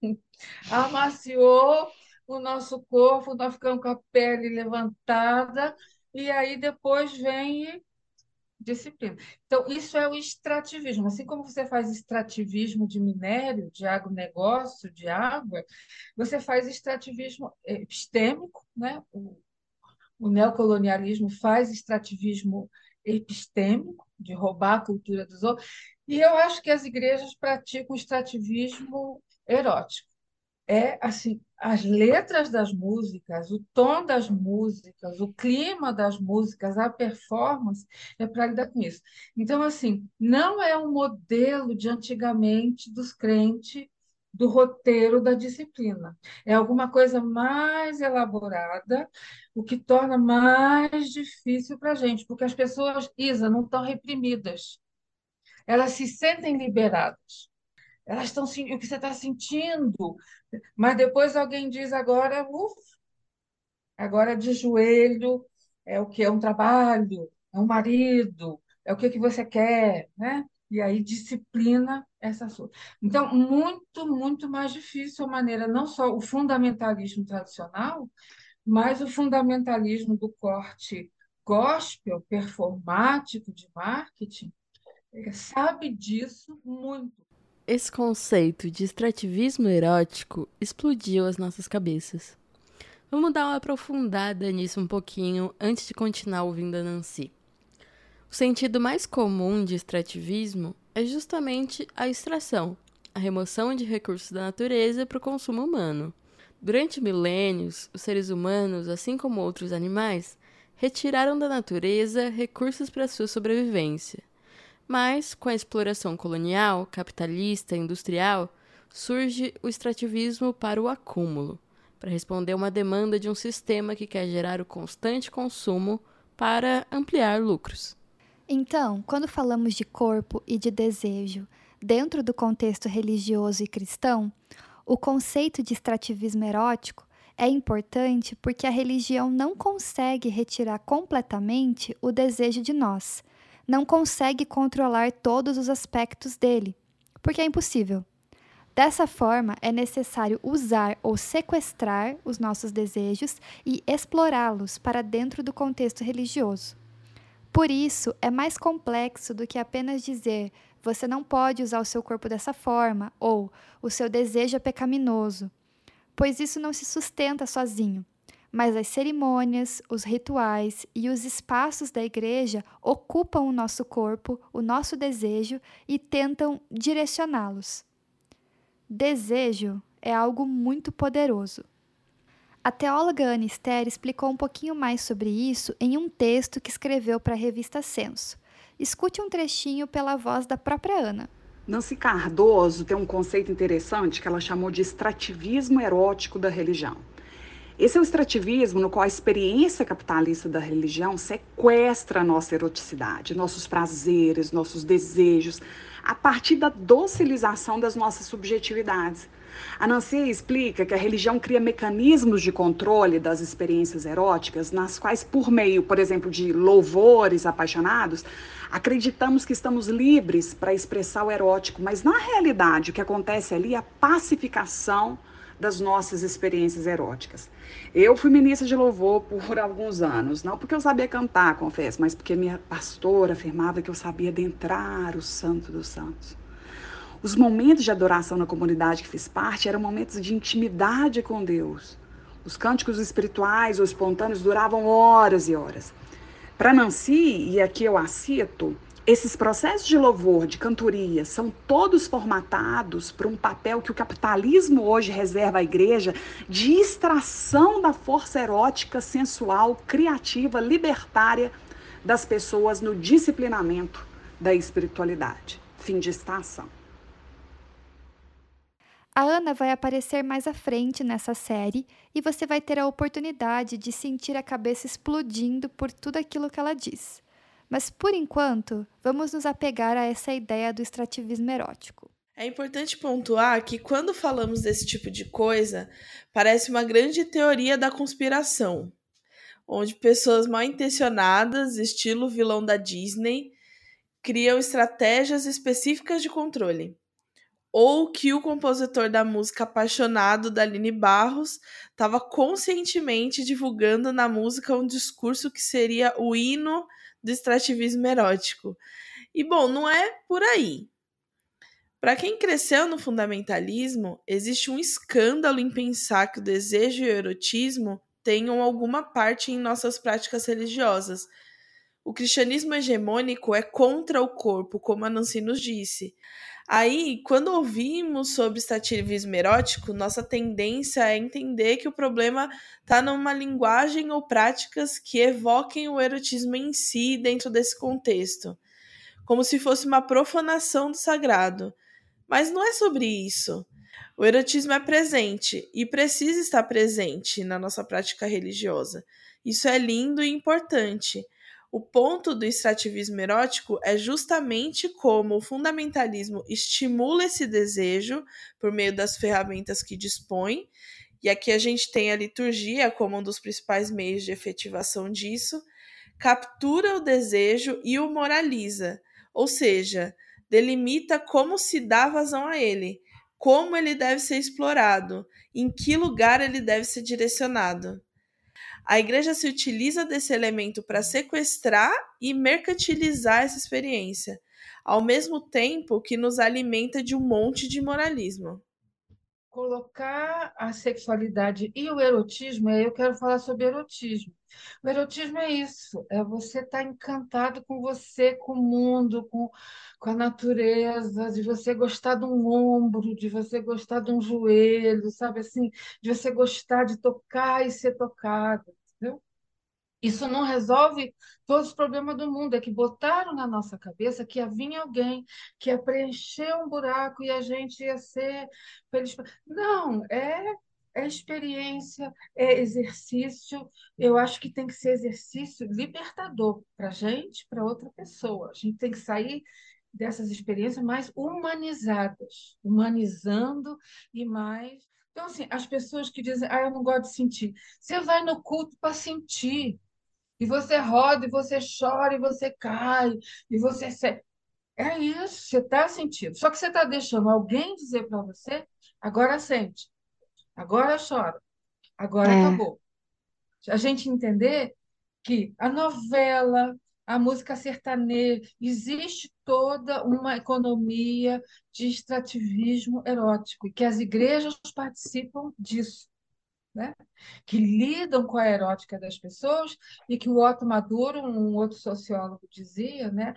amaciou o nosso corpo, nós ficamos com a pele levantada, e aí depois vem disciplina. Então, isso é o extrativismo. Assim como você faz extrativismo de minério, de agronegócio, de água, você faz extrativismo epistêmico, né? O, o neocolonialismo faz extrativismo epistêmico, de roubar a cultura dos outros, e eu acho que as igrejas praticam extrativismo erótico. É assim, as letras das músicas, o tom das músicas, o clima das músicas, a performance, é para lidar com isso. Então, assim, não é um modelo de antigamente dos crentes do roteiro da disciplina. É alguma coisa mais elaborada, o que torna mais difícil para a gente, porque as pessoas, Isa, não estão reprimidas. Elas se sentem liberadas. Elas estão o que você está sentindo, mas depois alguém diz agora, ufa, agora de joelho, é o que é um trabalho, é um marido, é o que que você quer, né? E aí disciplina essa sua. Então, muito, muito mais difícil a maneira, não só o fundamentalismo tradicional, mas o fundamentalismo do corte gospel, performático de marketing, sabe disso muito. Esse conceito de extrativismo erótico explodiu as nossas cabeças. Vamos dar uma aprofundada nisso um pouquinho antes de continuar ouvindo a Nancy. O sentido mais comum de extrativismo é justamente a extração, a remoção de recursos da natureza para o consumo humano. Durante milênios, os seres humanos, assim como outros animais, retiraram da natureza recursos para sua sobrevivência. Mas, com a exploração colonial, capitalista e industrial, surge o extrativismo para o acúmulo, para responder a uma demanda de um sistema que quer gerar o constante consumo para ampliar lucros. Então, quando falamos de corpo e de desejo dentro do contexto religioso e cristão, o conceito de extrativismo erótico é importante porque a religião não consegue retirar completamente o desejo de nós, não consegue controlar todos os aspectos dele, porque é impossível. Dessa forma, é necessário usar ou sequestrar os nossos desejos e explorá-los para dentro do contexto religioso. Por isso, é mais complexo do que apenas dizer você não pode usar o seu corpo dessa forma ou o seu desejo é pecaminoso, pois isso não se sustenta sozinho. Mas as cerimônias, os rituais e os espaços da igreja ocupam o nosso corpo, o nosso desejo e tentam direcioná-los. Desejo é algo muito poderoso. A teóloga Ana Esther explicou um pouquinho mais sobre isso em um texto que escreveu para a revista Censo. Escute um trechinho pela voz da própria Ana. Nancy Cardoso tem um conceito interessante que ela chamou de extrativismo erótico da religião. Esse é o extrativismo no qual a experiência capitalista da religião sequestra a nossa eroticidade, nossos prazeres, nossos desejos, a partir da docilização das nossas subjetividades. A Nancy explica que a religião cria mecanismos de controle das experiências eróticas, nas quais, por meio, por exemplo, de louvores apaixonados, acreditamos que estamos livres para expressar o erótico, mas na realidade o que acontece ali é a pacificação das nossas experiências eróticas. Eu fui ministra de louvor por alguns anos, não porque eu sabia cantar, confesso, mas porque minha pastora afirmava que eu sabia adentrar o santo dos santos. Os momentos de adoração na comunidade que fiz parte eram momentos de intimidade com Deus. Os cânticos espirituais ou espontâneos duravam horas e horas. Para Nancy, e aqui eu a cito, esses processos de louvor, de cantoria, são todos formatados para um papel que o capitalismo hoje reserva à igreja de extração da força erótica, sensual, criativa, libertária das pessoas no disciplinamento da espiritualidade. Fim de estação. A Ana vai aparecer mais à frente nessa série e você vai ter a oportunidade de sentir a cabeça explodindo por tudo aquilo que ela diz. Mas, por enquanto, vamos nos apegar a essa ideia do extrativismo erótico. É importante pontuar que quando falamos desse tipo de coisa, parece uma grande teoria da conspiração, onde pessoas mal intencionadas, estilo vilão da Disney, criam estratégias específicas de controle. Ou que o compositor da música Apaixonado, da Aline Barros, estava conscientemente divulgando na música um discurso que seria o hino do extrativismo erótico. E, bom, não é por aí. Para quem cresceu no fundamentalismo, existe um escândalo em pensar que o desejo e o erotismo tenham alguma parte em nossas práticas religiosas. O cristianismo hegemônico é contra o corpo, como a Nancy nos disse. Aí, quando ouvimos sobre extrativismo erótico, nossa tendência é entender que o problema está numa linguagem ou práticas que evoquem o erotismo em si dentro desse contexto, como se fosse uma profanação do sagrado. Mas não é sobre isso. O erotismo é presente e precisa estar presente na nossa prática religiosa. Isso é lindo e importante. O ponto do extrativismo erótico é justamente como o fundamentalismo estimula esse desejo por meio das ferramentas que dispõe, e aqui a gente tem a liturgia como um dos principais meios de efetivação disso, captura o desejo e o moraliza, ou seja, delimita como se dá vazão a ele, como ele deve ser explorado, em que lugar ele deve ser direcionado. A igreja se utiliza desse elemento para sequestrar e mercantilizar essa experiência, ao mesmo tempo que nos alimenta de um monte de moralismo. Colocar a sexualidade e o erotismo, aí eu quero falar sobre erotismo. O erotismo é isso, é você estar encantado com você, com o mundo, com, com a natureza, de você gostar de um ombro, de você gostar de um joelho, sabe assim? De você gostar de tocar e ser tocado, entendeu? Isso não resolve todos os problemas do mundo, é que botaram na nossa cabeça que ia vir alguém que ia preencher um buraco e a gente ia ser feliz. Não, é, é experiência, é exercício. Eu acho que tem que ser exercício libertador para a gente, para outra pessoa. A gente tem que sair dessas experiências mais humanizadas, humanizando e mais. Então, assim, as pessoas que dizem, ah, eu não gosto de sentir. Você vai no culto para sentir. E você roda, e você chora, e você cai, e você. se- É isso, você está sentindo. Só que você está deixando alguém dizer para você, agora sente, agora chora, agora É. acabou. A gente entender que a novela, a música sertaneja, existe toda uma economia de extrativismo erótico, e que as igrejas participam disso, né? Que lidam com a erótica das pessoas e que o Otto Maduro, um outro sociólogo, dizia, né?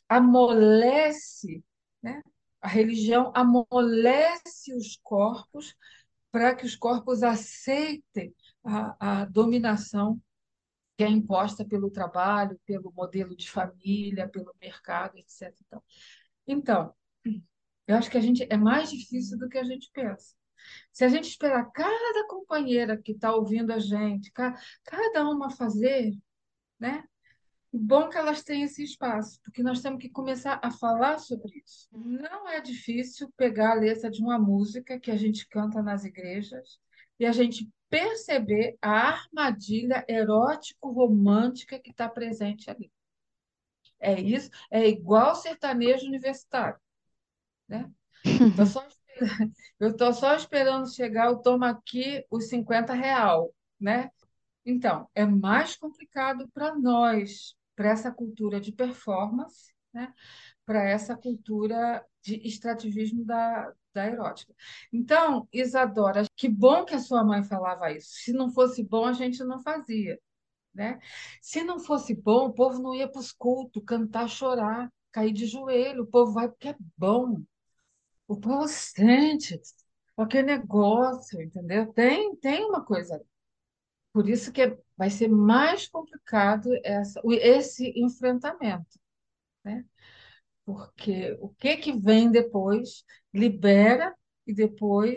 Amolece, né? A religião amolece os corpos para que os corpos aceitem a, a dominação que é imposta pelo trabalho, pelo modelo de família, pelo mercado, etc. Então, então, eu acho que a gente é mais difícil do que a gente pensa. Se a gente esperar cada companheira que está ouvindo a gente, ca- cada uma fazer, né? Bom que elas tenham esse espaço, porque nós temos que começar a falar sobre isso. Não é difícil pegar a letra de uma música que a gente canta nas igrejas e a gente perceber a armadilha erótico-romântica que está presente ali. É isso, é igual sertanejo universitário, né? Tô só Eu estou só esperando chegar o toma aqui os cinquenta real, né? Então, é mais complicado para nós, para essa cultura de performance, né? Para essa cultura de extrativismo da, da erótica. Então, Isadora, que bom que a sua mãe falava isso. Se não fosse bom, a gente não fazia, né? Se não fosse bom, o povo não ia para os cultos, cantar, chorar, cair de joelho. O povo vai porque é bom. O povo sente aquele negócio, entendeu? Tem, tem uma coisa ali. Por isso que é- vai ser mais complicado essa, o- esse enfrentamento, né? Porque o que que vem depois libera e depois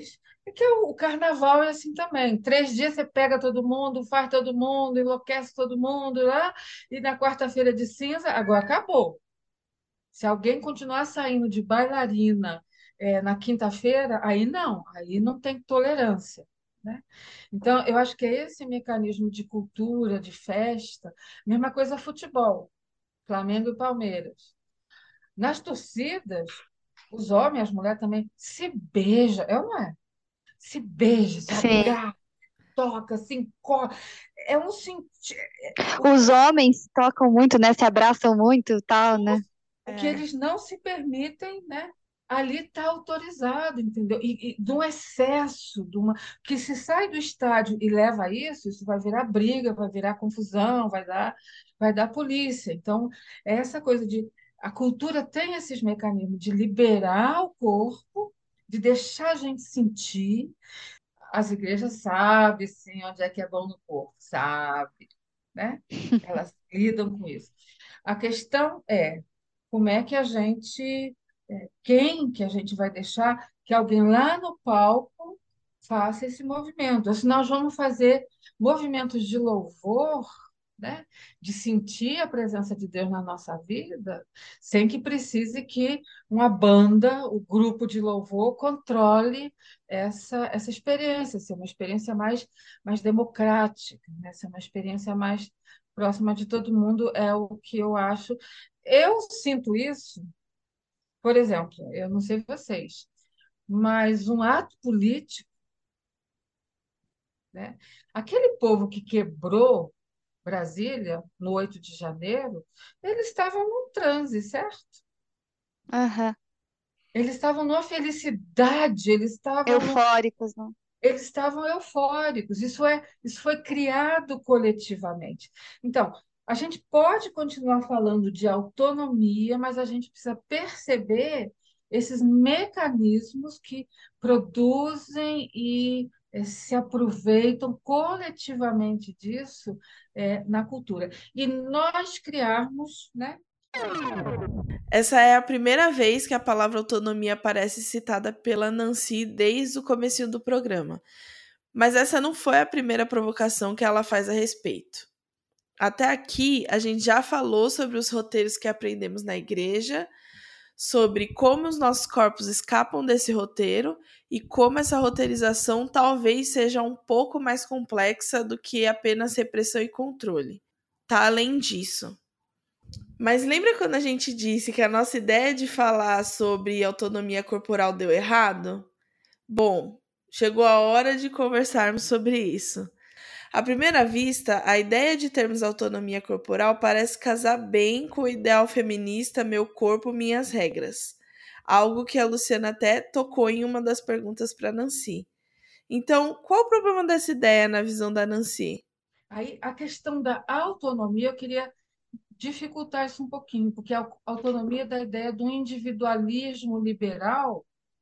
É que o, o carnaval é assim também. Três dias você pega todo mundo, faz todo mundo, enlouquece todo mundo, lá, e na quarta-feira de cinza, agora acabou. Se alguém continuar saindo de bailarina é, na quinta-feira, aí não, aí não tem tolerância, né? Então, eu acho que é esse mecanismo de cultura, de festa, mesma coisa futebol, Flamengo e Palmeiras. Nas torcidas, os homens, as mulheres também se beijam, é ou não é? Se beija, se Sim. abraça, toca, se encosta. É um senti- Os homens tocam muito, né? Se abraçam muito e tal, né? o que eles não se permitem, né? Ali está autorizado, entendeu? E, e de um excesso, de uma que se sai do estádio e leva a isso, isso vai virar briga, vai virar confusão, vai dar, vai dar polícia. Então, é essa coisa de a cultura tem esses mecanismos de liberar o corpo, de deixar a gente sentir. As igrejas sabem, sim, onde é que é bom no corpo, sabe, né? Elas lidam com isso. A questão é como é que a gente, é, quem que a gente vai deixar que alguém lá no palco faça esse movimento? Ou se nós vamos fazer movimentos de louvor, né? De sentir a presença de Deus na nossa vida, sem que precise que uma banda, o grupo de louvor, controle essa, essa experiência, ser uma experiência mais, mais democrática, né? Ser uma experiência mais próxima de todo mundo, é o que eu acho. Eu sinto isso, por exemplo, eu não sei vocês, mas um ato político, né? Aquele povo que quebrou Brasília no oito de janeiro, eles estavam num transe, certo? Aham. Eles estavam numa felicidade, eles estavam no- Eufóricos, né? eles estavam eufóricos. Isso é, isso foi criado coletivamente. Então, a gente pode continuar falando de autonomia, mas a gente precisa perceber esses mecanismos que produzem e eh, se aproveitam coletivamente disso, eh, na cultura. E nós criarmos, né? Essa é a primeira vez que a palavra autonomia aparece citada pela Nancy desde o comecinho do programa. Mas essa não foi a primeira provocação que ela faz a respeito. Até aqui, a gente já falou sobre os roteiros que aprendemos na igreja, sobre como os nossos corpos escapam desse roteiro e como essa roteirização talvez seja um pouco mais complexa do que apenas repressão e controle. Tá além disso. Mas lembra quando a gente disse que a nossa ideia de falar sobre autonomia corporal deu errado? Bom, chegou a hora de conversarmos sobre isso. À primeira vista, a ideia de termos autonomia corporal parece casar bem com o ideal feminista meu corpo, minhas regras. Algo que a Luciana até tocou em uma das perguntas para Nancy. Então, qual o problema dessa ideia na visão da Nancy? Aí a questão da autonomia, eu queria dificultar isso um pouquinho, porque a autonomia da ideia do individualismo liberal,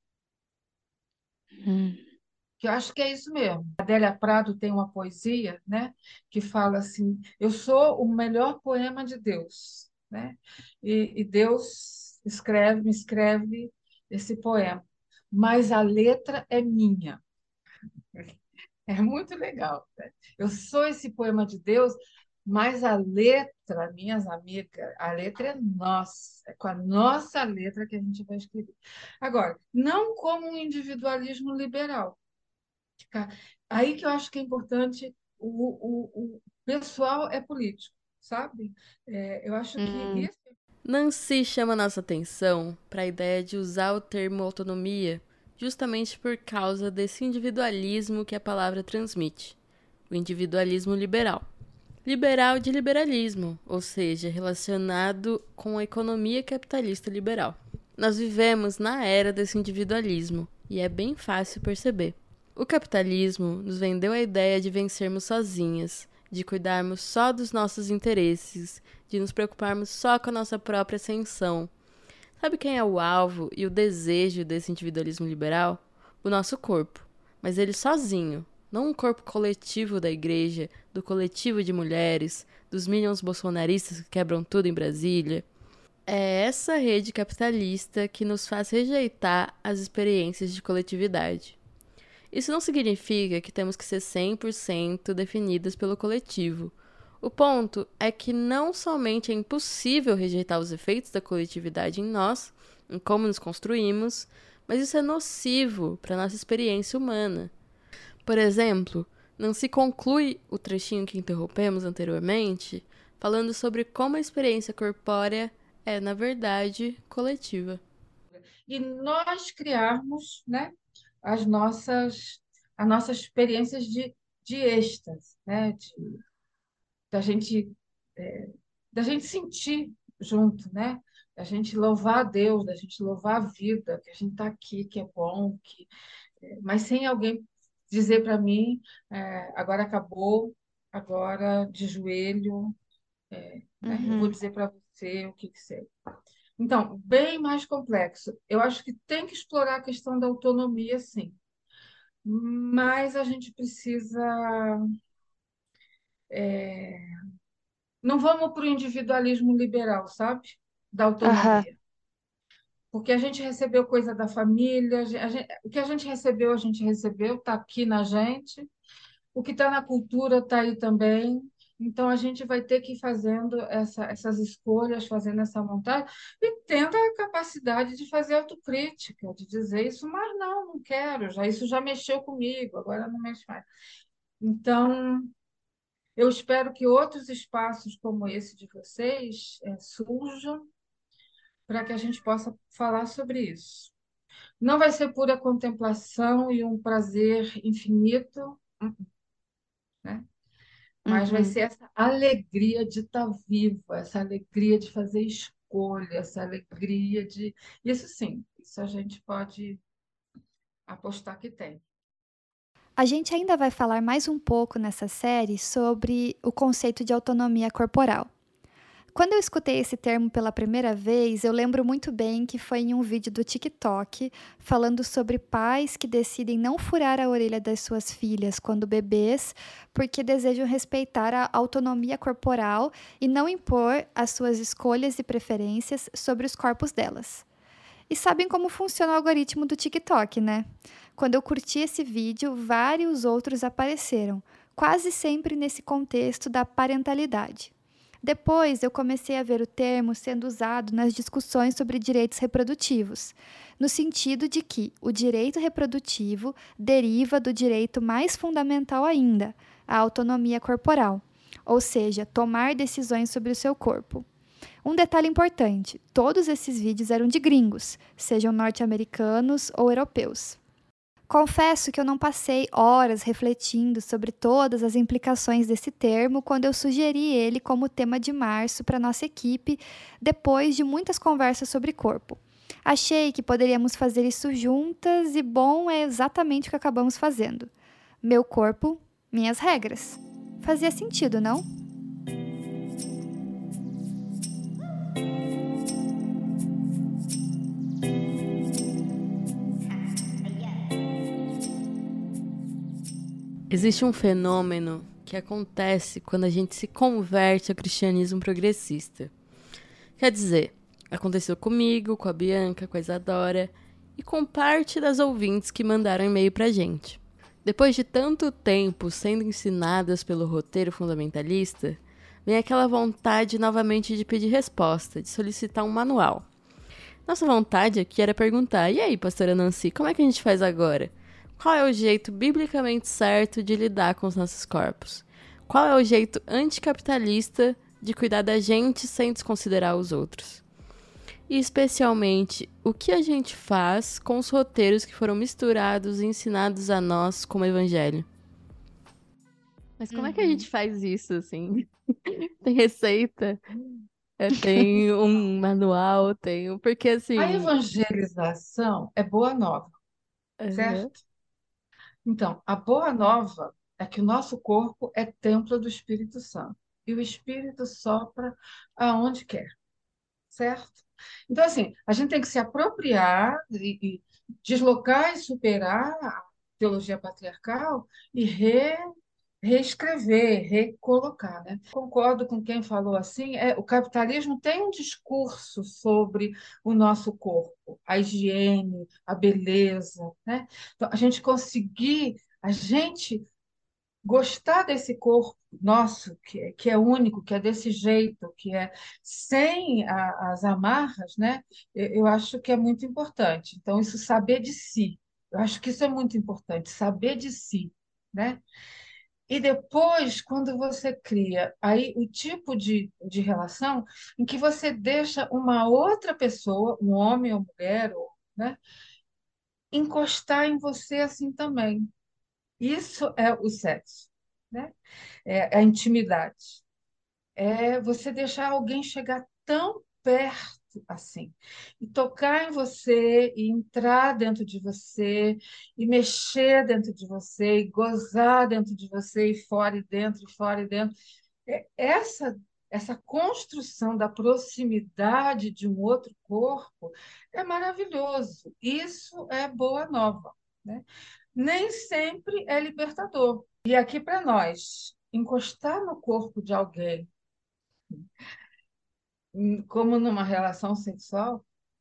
Hum. que eu acho que é isso mesmo. A Adélia Prado tem uma poesia, né, que fala assim: eu sou o melhor poema de Deus, né? E, e Deus escreve, me escreve esse poema, mas a letra é minha. É muito legal, né? Eu sou esse poema de Deus, mas a letra, minhas amigas, a letra é nossa, é com a nossa letra que a gente vai escrever. Agora, não como um individualismo liberal. Tá? Aí que eu acho que é importante, o, o, o pessoal é político, sabe? É, eu acho que Hum. isso. Nancy chama nossa atenção para a ideia de usar o termo autonomia justamente por causa desse individualismo que a palavra transmite, o individualismo liberal. Liberal de liberalismo, ou seja, relacionado com a economia capitalista liberal. Nós vivemos na era desse individualismo e é bem fácil perceber. O capitalismo nos vendeu a ideia de vencermos sozinhas, de cuidarmos só dos nossos interesses, de nos preocuparmos só com a nossa própria ascensão. Sabe quem é o alvo e o desejo desse individualismo liberal? O nosso corpo, mas ele sozinho, não um corpo coletivo da igreja, do coletivo de mulheres, dos milhões bolsonaristas que quebram tudo em Brasília. É essa rede capitalista que nos faz rejeitar as experiências de coletividade. Isso não significa que temos que ser cem por cento definidas pelo coletivo. O ponto é que não somente é impossível rejeitar os efeitos da coletividade em nós, em como nos construímos, mas isso é nocivo para a nossa experiência humana. Por exemplo, não se conclui o trechinho que interrompemos anteriormente falando sobre como a experiência corpórea é, na verdade, coletiva. E nós criarmos, né, as nossas, as nossas experiências de, de êxtase, né, de, da gente, é, da gente sentir junto, né, da gente louvar a Deus, da gente louvar a vida, que a gente está aqui, que é bom, que, é, mas sem alguém dizer para mim, é, agora acabou, agora de joelho, é, né, eu vou Uhum. dizer para você o que que você. Então, bem mais complexo. Eu acho que tem que explorar a questão da autonomia, sim. Mas a gente precisa. é, Não vamos para o individualismo liberal, sabe? Da Aham. autonomia. Porque a gente recebeu coisa da família, a gente- o que a gente recebeu, a gente recebeu, está aqui na gente. O que está na cultura está aí também. Então, a gente vai ter que ir fazendo essa, essas escolhas, fazendo essa montagem, e tendo a capacidade de fazer autocrítica, de dizer isso, mas não, não quero, já, isso já mexeu comigo, agora não mexe mais. Então, eu espero que outros espaços como esse de vocês eh, surjam para que a gente possa falar sobre isso. Não vai ser pura contemplação e um prazer infinito, né? Mas vai Uhum. ser essa alegria de estar viva, essa alegria de fazer escolha, essa alegria de. Isso sim, isso a gente pode apostar que tem. A gente ainda vai falar mais um pouco nessa série sobre o conceito de autonomia corporal. Quando eu escutei esse termo pela primeira vez, eu lembro muito bem que foi em um vídeo do TikTok falando sobre pais que decidem não furar a orelha das suas filhas quando bebês, porque desejam respeitar a autonomia corporal e não impor as suas escolhas e preferências sobre os corpos delas. E sabem como funciona o algoritmo do TikTok, né? Quando eu curti esse vídeo, vários outros apareceram, quase sempre nesse contexto da parentalidade. Depois, eu comecei a ver o termo sendo usado nas discussões sobre direitos reprodutivos, no sentido de que o direito reprodutivo deriva do direito mais fundamental ainda, a autonomia corporal, ou seja, tomar decisões sobre o seu corpo. Um detalhe importante: todos esses vídeos eram de gringos, sejam norte-americanos ou europeus. Confesso que eu não passei horas refletindo sobre todas as implicações desse termo quando eu sugeri ele como tema de março para nossa equipe, depois de muitas conversas sobre corpo. Achei que poderíamos fazer isso juntas e, bom, é exatamente o que acabamos fazendo. Meu corpo, minhas regras. Fazia sentido, não? Existe um fenômeno que acontece quando a gente se converte ao cristianismo progressista. Quer dizer, aconteceu comigo, com a Bianca, com a Isadora e com parte das ouvintes que mandaram e-mail pra gente. Depois de tanto tempo sendo ensinadas pelo roteiro fundamentalista, vem aquela vontade novamente de pedir resposta, de solicitar um manual. Nossa vontade aqui era perguntar: e aí, pastora Nancy, como é que a gente faz agora? Qual é o jeito biblicamente certo de lidar com os nossos corpos? Qual é o jeito anticapitalista de cuidar da gente sem desconsiderar os outros? E, especialmente, o que a gente faz com os roteiros que foram misturados e ensinados a nós como evangelho? Mas como uhum. é que a gente faz isso, assim? Tem receita? É, tem um manual, tem um... Porque, assim... A evangelização é boa nova, uhum. certo? Então, a boa nova é que o nosso corpo é templo do Espírito Santo. E o Espírito sopra aonde quer, certo? Então, assim, a gente tem que se apropriar e, e deslocar e superar a teologia patriarcal e reescrever, recolocar, né? Concordo com quem falou assim, é, o capitalismo tem um discurso sobre o nosso corpo, a higiene, a beleza, né? Então, a gente conseguir, a gente gostar desse corpo nosso, que, é- que é único, que é desse jeito, que é sem a- as amarras, né? Eu, eu acho que é muito importante. Então, isso saber de si, eu acho que isso é muito importante, saber de si, né? E depois, quando você cria aí o tipo de, de relação em que você deixa uma outra pessoa, um homem ou mulher, ou, né, encostar em você assim também. Isso é o sexo, né? É a intimidade. É você deixar alguém chegar tão perto assim, e tocar em você, e entrar dentro de você, e mexer dentro de você, e gozar dentro de você, e fora e dentro, e fora e dentro. É, Essa, essa construção da proximidade de um outro corpo é maravilhoso. Isso é boa nova, né? Nem sempre é libertador. E aqui para nós, encostar no corpo de alguém, hum, como numa relação sexual,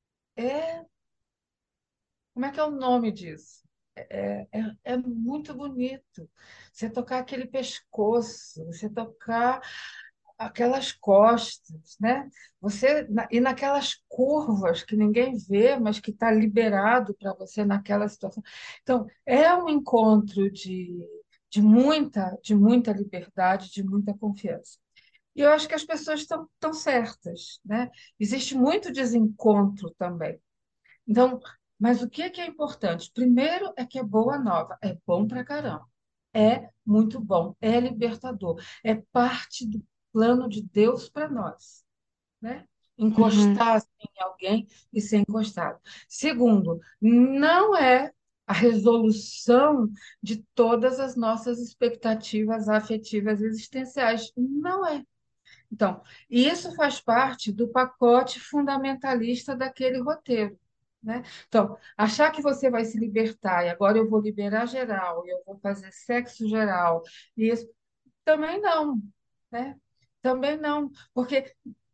é. Como é que é o nome disso? É, é, é muito bonito. Você tocar aquele pescoço, você tocar aquelas costas, né? Você na- e naquelas curvas que ninguém vê, mas que está liberado para você naquela situação. Então, é um encontro de, de muita, de muita liberdade, de muita confiança. E eu acho que as pessoas estão tão certas, né? Existe muito desencontro também. Então, mas o que é que é importante? Primeiro é que é boa nova, é bom pra caramba. É muito bom, é libertador, é parte do plano de Deus para nós, né? Uhum. Encostar assim, em alguém e ser encostado. Segundo, não é a resolução de todas as nossas expectativas afetivas existenciais. Não é. Então, isso faz parte do pacote fundamentalista daquele roteiro, né? Então, achar que você vai se libertar e agora eu vou liberar geral, e eu vou fazer sexo geral, e isso também não, né? Também não, porque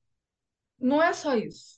não é só isso.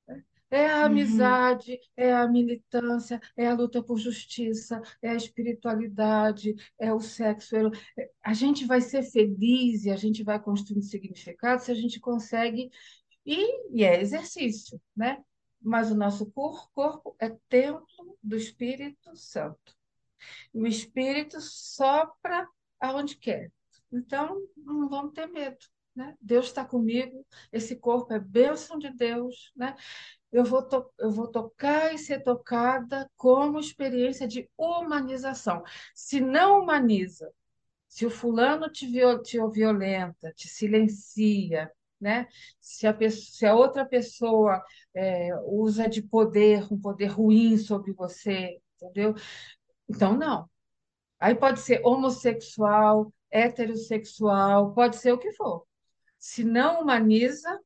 É a Uhum. amizade, é a militância, é a luta por justiça, é a espiritualidade, é o sexo. é- é- A gente vai ser feliz e a gente vai construir significado se a gente consegue, e, e é exercício, né? Mas o nosso cor- corpo é templo do Espírito Santo. E o Espírito sopra aonde quer. Então, não vamos ter medo, né? Deus está comigo, esse corpo é bênção de Deus, né? Eu vou, to- eu vou tocar e ser tocada como experiência de humanização. Se não humaniza, se o fulano te, viol- te violenta, te silencia, né? Se a, pesso- se a outra pessoa é, usa de poder, um poder ruim sobre você, entendeu? Então, não. Aí pode ser homossexual, heterossexual, pode ser o que for. Se não humaniza,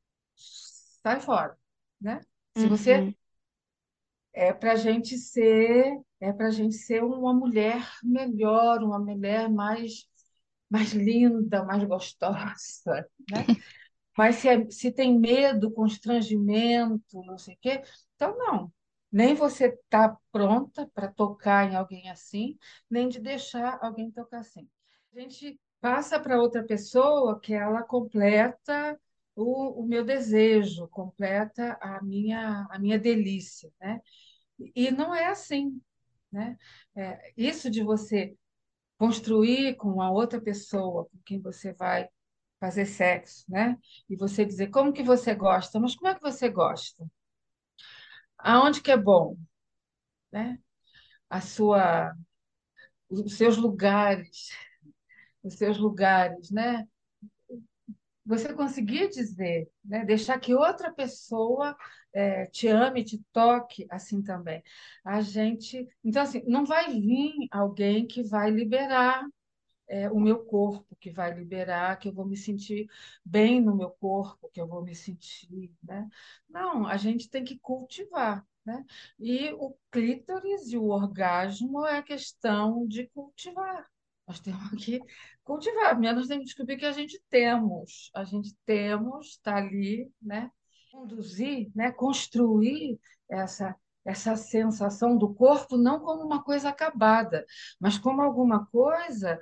sai fora, né? Se você Uhum. é para a gente ser, é para gente ser uma mulher melhor, uma mulher mais, mais linda, mais gostosa, né? Mas se, é- se tem medo, constrangimento, não sei o quê, então não. Nem você está pronta para tocar em alguém assim, nem de deixar alguém tocar assim. A gente passa para outra pessoa que ela completa o, o meu desejo, completa a minha, a minha delícia, né? E não é assim, né? É, isso de você construir com a outra pessoa com quem você vai fazer sexo, né? E você dizer como que você gosta, mas como é que você gosta? Aonde que é bom, né? A sua, os seus lugares, os seus lugares, né? Você conseguir dizer, né? Deixar que outra pessoa eh, te ame, te toque assim também. A gente, então assim, não vai vir alguém que vai liberar é, o meu corpo, que vai liberar, que eu vou me sentir bem no meu corpo, que eu vou me sentir, né? Não, a gente tem que cultivar, né? E o clítoris e o orgasmo é questão de cultivar, Nós temos que cultivar. Primeiro, nós temos que descobrir que a gente temos. A gente temos, está ali, né? Conduzir, né? Construir essa, essa sensação do corpo não como uma coisa acabada, mas como alguma coisa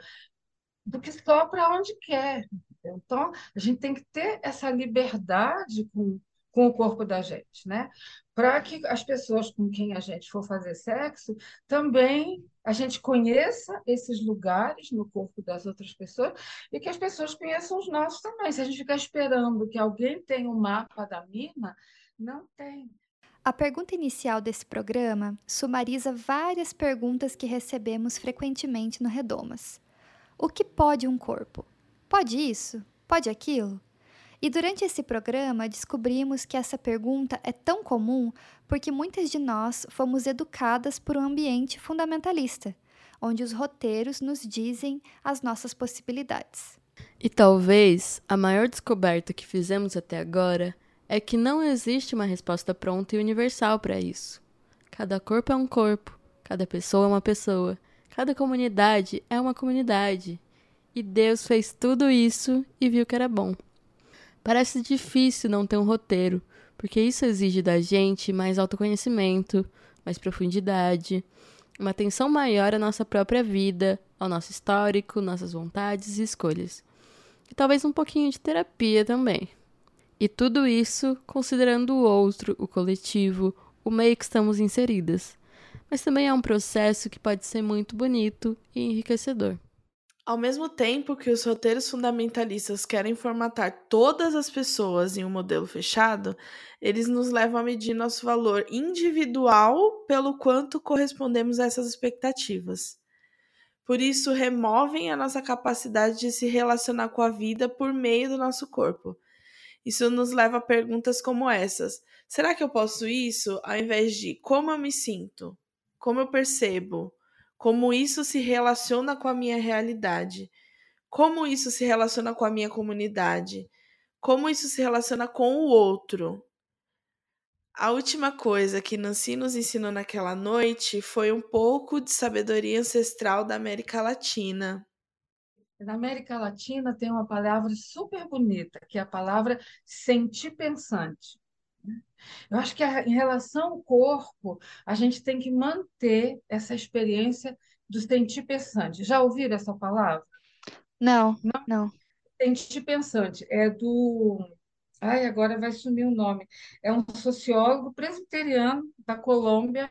do que sopra onde quer. Então, a gente tem que ter essa liberdade com, com o corpo da gente, né? Para que as pessoas com quem a gente for fazer sexo também a gente conheça esses lugares no corpo das outras pessoas e que as pessoas conheçam os nossos também. Se a gente ficar esperando que alguém tenha um mapa da mina, não tem. A pergunta inicial desse programa sumariza várias perguntas que recebemos frequentemente no Redomas. O que pode um corpo? Pode isso? Pode aquilo? E durante esse programa descobrimos que essa pergunta é tão comum porque muitas de nós fomos educadas por um ambiente fundamentalista, onde os roteiros nos dizem as nossas possibilidades. E talvez a maior descoberta que fizemos até agora é que não existe uma resposta pronta e universal para isso. Cada corpo é um corpo, cada pessoa é uma pessoa, cada comunidade é uma comunidade. E Deus fez tudo isso e viu que era bom. Parece difícil não ter um roteiro, porque isso exige da gente mais autoconhecimento, mais profundidade, uma atenção maior à nossa própria vida, ao nosso histórico, nossas vontades e escolhas. E talvez um pouquinho de terapia também. E tudo isso considerando o outro, o coletivo, o meio que estamos inseridas. Mas também é um processo que pode ser muito bonito e enriquecedor. Ao mesmo tempo que os roteiros fundamentalistas querem formatar todas as pessoas em um modelo fechado, eles nos levam a medir nosso valor individual pelo quanto correspondemos a essas expectativas. Por isso, removem a nossa capacidade de se relacionar com a vida por meio do nosso corpo. Isso nos leva a perguntas como essas. Será que eu posso isso? Ao invés de como eu me sinto? Como eu percebo? Como isso se relaciona com a minha realidade? Como isso se relaciona com a minha comunidade? Como isso se relaciona com o outro? A última coisa que Nancy nos ensinou naquela noite foi um pouco de sabedoria ancestral da América Latina. Na América Latina tem uma palavra super bonita, que é a palavra sentir pensante. Eu acho que a- em relação ao corpo, a gente tem que manter essa experiência do sentir pensante. Já ouviram essa palavra? Não, Não? não. Sentir pensante é do. Ai, agora vai sumir o nome. É um sociólogo presbiteriano da Colômbia.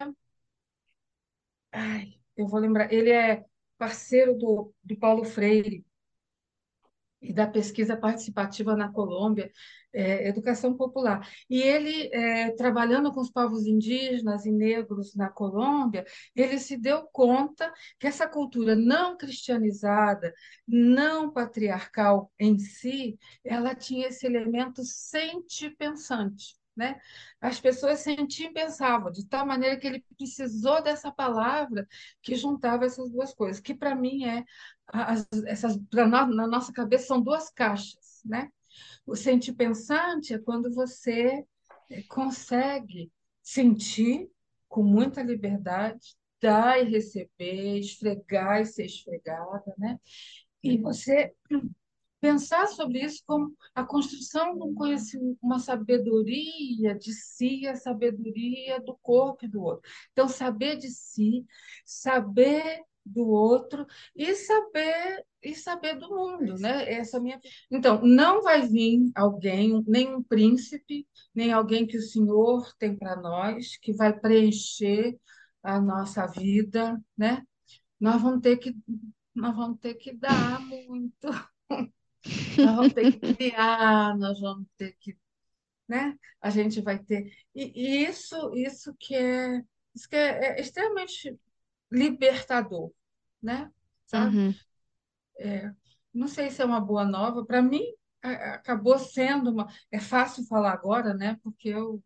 Ai, eu vou lembrar. Ele é parceiro do, do Paulo Freire e da pesquisa participativa na Colômbia, é, educação popular. E ele, é, trabalhando com os povos indígenas e negros na Colômbia, ele se deu conta que essa cultura não cristianizada, não patriarcal em si, ela tinha esse elemento senti-pensante. Né? As pessoas sentiam e pensavam, de tal maneira que ele precisou dessa palavra que juntava essas duas coisas, que para mim é as, essas, pra no, na nossa cabeça são duas caixas, né? O sentir pensante é quando você eh, consegue sentir com muita liberdade, dar e receber, esfregar e ser esfregada, né? E você pensar sobre isso como a construção de um conhecimento, uma sabedoria de si, a sabedoria do corpo e do outro. Então, saber de si, saber do outro e saber e saber do mundo, né? Essa é a minha. Então, não vai vir alguém, nem um príncipe, nem alguém que o Senhor tem para nós, que vai preencher a nossa vida, né? Nós vamos ter que nós vamos ter que dar muito. Nós vamos ter que criar, nós vamos ter que, né? A gente vai ter e e isso, isso que é, isso que é, é extremamente libertador, né? Sabe? Uhum. É, não sei se é uma boa nova. Para mim, a- acabou sendo uma. É fácil falar agora, né? Porque eu,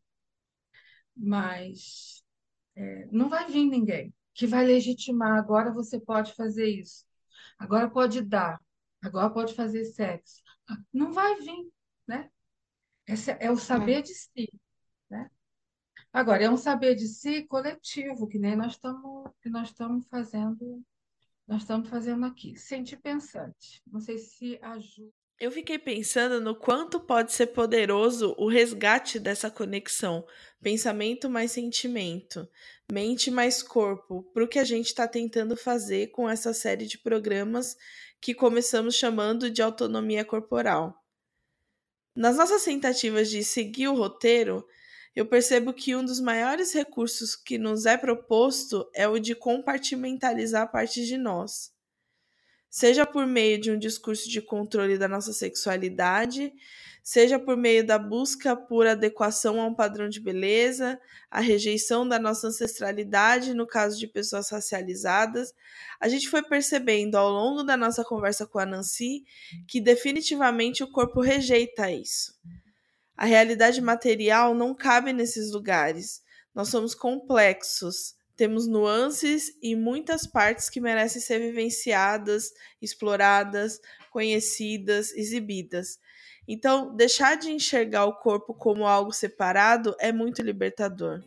mas é, não vai vir ninguém que vai legitimar. Agora você pode fazer isso. Agora pode dar. Agora pode fazer sexo. Não vai vir, né? Esse é o saber de si, né? Agora, é um saber de si coletivo, que nem nós estamos, que nós estamos fazendo nós estamos fazendo aqui. Sentir pensante. Não sei se ajuda. Eu fiquei pensando no quanto pode ser poderoso o resgate dessa conexão, pensamento mais sentimento, mente mais corpo, para o que a gente está tentando fazer com essa série de programas que começamos chamando de autonomia corporal. Nas nossas tentativas de seguir o roteiro, eu percebo que um dos maiores recursos que nos é proposto é o de compartimentalizar partes de nós. Seja por meio de um discurso de controle da nossa sexualidade, seja por meio da busca por adequação a um padrão de beleza, a rejeição da nossa ancestralidade no caso de pessoas racializadas, a gente foi percebendo ao longo da nossa conversa com a Nancy que definitivamente o corpo rejeita isso. A realidade material não cabe nesses lugares. Nós somos complexos. Temos nuances e muitas partes que merecem ser vivenciadas, exploradas, conhecidas, exibidas. Então, deixar de enxergar o corpo como algo separado é muito libertador.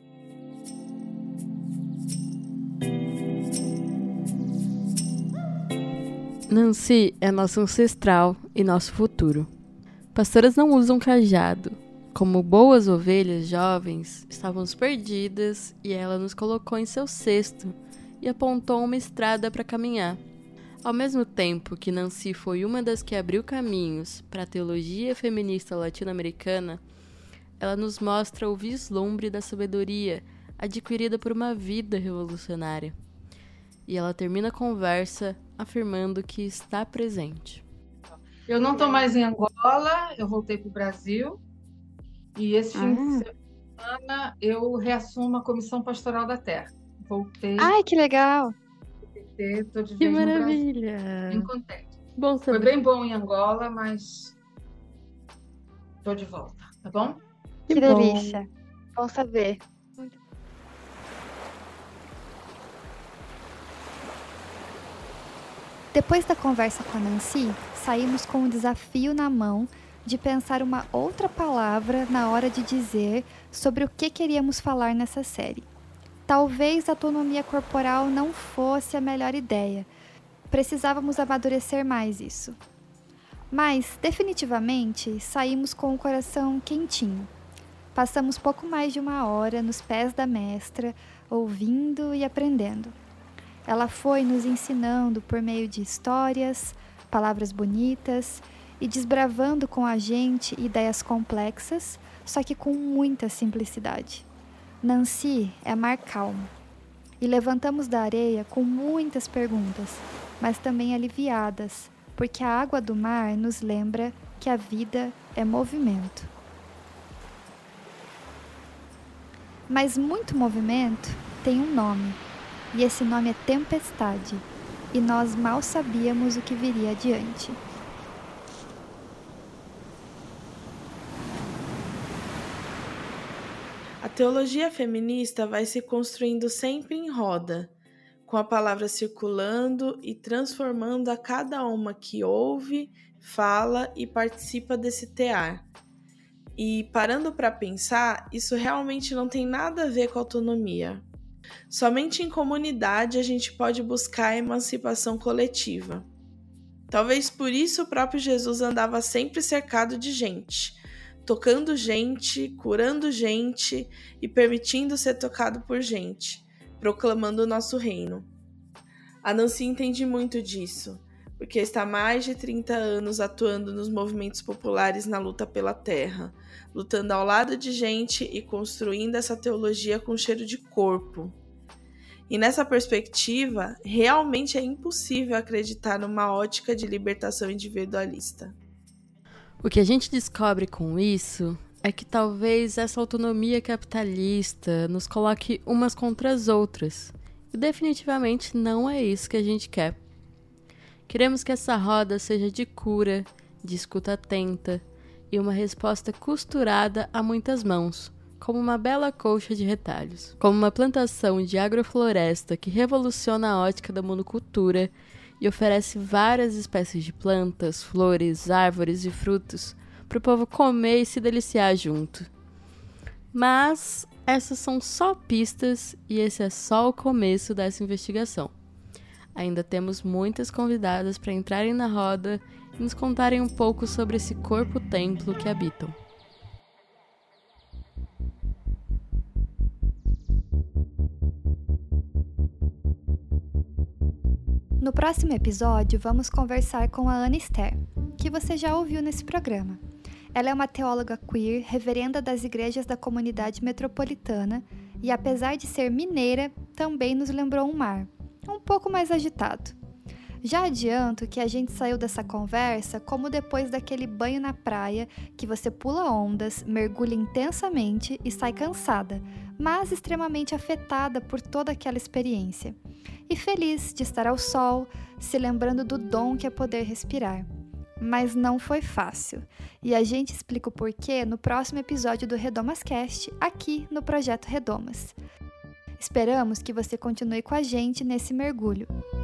Nancy é nossa ancestral e nosso futuro. Pastoras não usam cajado. Como boas ovelhas jovens, estávamos perdidas e ela nos colocou em seu cesto e apontou uma estrada para caminhar. Ao mesmo tempo que Nancy foi uma das que abriu caminhos para a teologia feminista latino-americana, ela nos mostra o vislumbre da sabedoria adquirida por uma vida revolucionária. E ela termina a conversa afirmando que está presente. Eu não estou mais em Angola, eu voltei para o Brasil. E esse fim ah. de semana eu reassumo a Comissão Pastoral da Terra. Voltei. Ai, que legal! Estou de vez que no maravilha! Brasil. Bem contente. Bom saber. Foi bem bom em Angola, mas estou de volta, tá bom? Que, que delícia! Bom saber. Depois da conversa com a Nancy, saímos com um desafio na mão de pensar uma outra palavra na hora de dizer sobre o que queríamos falar nessa série. Talvez a autonomia corporal não fosse a melhor ideia. Precisávamos amadurecer mais isso. Mas, definitivamente, saímos com o coração quentinho. Passamos pouco mais de uma hora nos pés da mestra, ouvindo e aprendendo. Ela foi nos ensinando por meio de histórias, palavras bonitas e desbravando com a gente ideias complexas, só que com muita simplicidade. Nancy é mar calmo. E levantamos da areia com muitas perguntas, mas também aliviadas, porque a água do mar nos lembra que a vida é movimento. Mas muito movimento tem um nome, e esse nome é tempestade, e nós mal sabíamos o que viria adiante. A teologia feminista vai se construindo sempre em roda, com a palavra circulando e transformando a cada uma que ouve, fala e participa desse tear. E, parando para pensar, isso realmente não tem nada a ver com autonomia. Somente em comunidade a gente pode buscar a emancipação coletiva. Talvez por isso o próprio Jesus andava sempre cercado de gente, tocando gente, curando gente e permitindo ser tocado por gente, proclamando o nosso reino. A Nancy entende muito disso, porque está há mais de trinta anos atuando nos movimentos populares na luta pela terra, lutando ao lado de gente e construindo essa teologia com cheiro de corpo. E nessa perspectiva, realmente é impossível acreditar numa ótica de libertação individualista. O que a gente descobre com isso é que talvez essa autonomia capitalista nos coloque umas contra as outras. E definitivamente não é isso que a gente quer. Queremos que essa roda seja de cura, de escuta atenta e uma resposta costurada a muitas mãos, como uma bela colcha de retalhos, como uma plantação de agrofloresta que revoluciona a ótica da monocultura e oferece várias espécies de plantas, flores, árvores e frutos para o povo comer e se deliciar junto. Mas essas são só pistas e esse é só o começo dessa investigação. Ainda temos muitas convidadas para entrarem na roda e nos contarem um pouco sobre esse corpo-templo que habitam. No próximo episódio, vamos conversar com a Ana Esther, que você já ouviu nesse programa. Ela é uma teóloga queer, reverenda das igrejas da comunidade metropolitana e, apesar de ser mineira, também nos lembrou um mar, um pouco mais agitado. Já adianto que a gente saiu dessa conversa como depois daquele banho na praia que você pula ondas, mergulha intensamente e sai cansada, mas extremamente afetada por toda aquela experiência. E feliz de estar ao sol, se lembrando do dom que é poder respirar. Mas não foi fácil, e a gente explica o porquê no próximo episódio do Redomascast, aqui no Projeto Redomas. Esperamos que você continue com a gente nesse mergulho.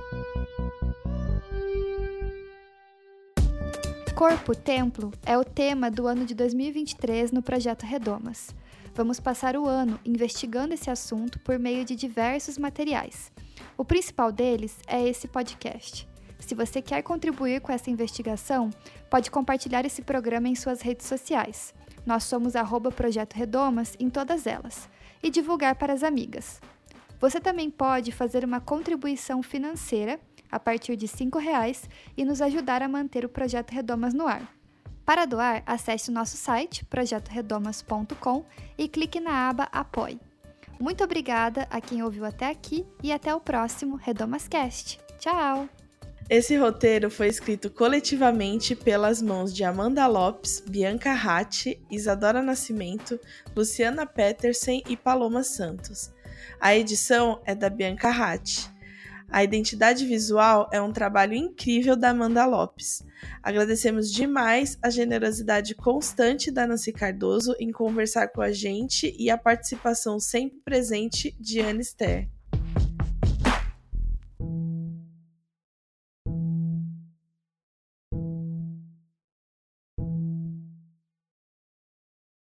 Corpo-templo é o tema do ano de dois mil e vinte e três no Projeto Redomas. Vamos passar o ano investigando esse assunto por meio de diversos materiais. O principal deles é esse podcast. Se você quer contribuir com essa investigação, pode compartilhar esse programa em suas redes sociais. Nós somos arroba Projeto Redomas em todas elas. E divulgar para as amigas. Você também pode fazer uma contribuição financeira a partir de cinco reais e nos ajudar a manter o Projeto Redomas no ar. Para doar, acesse o nosso site, projeto redomas ponto com, e clique na aba Apoie. Muito obrigada a quem ouviu até aqui e até o próximo Redomascast. Tchau! Esse roteiro foi escrito coletivamente pelas mãos de Amanda Lopes, Bianca Ratti, Isadora Nascimento, Luciana Petersen e Paloma Santos. A edição é da Bianca Ratti. A identidade visual é um trabalho incrível da Amanda Lopes. Agradecemos demais a generosidade constante da Nancy Cardoso em conversar com a gente e a participação sempre presente de Ana Esther.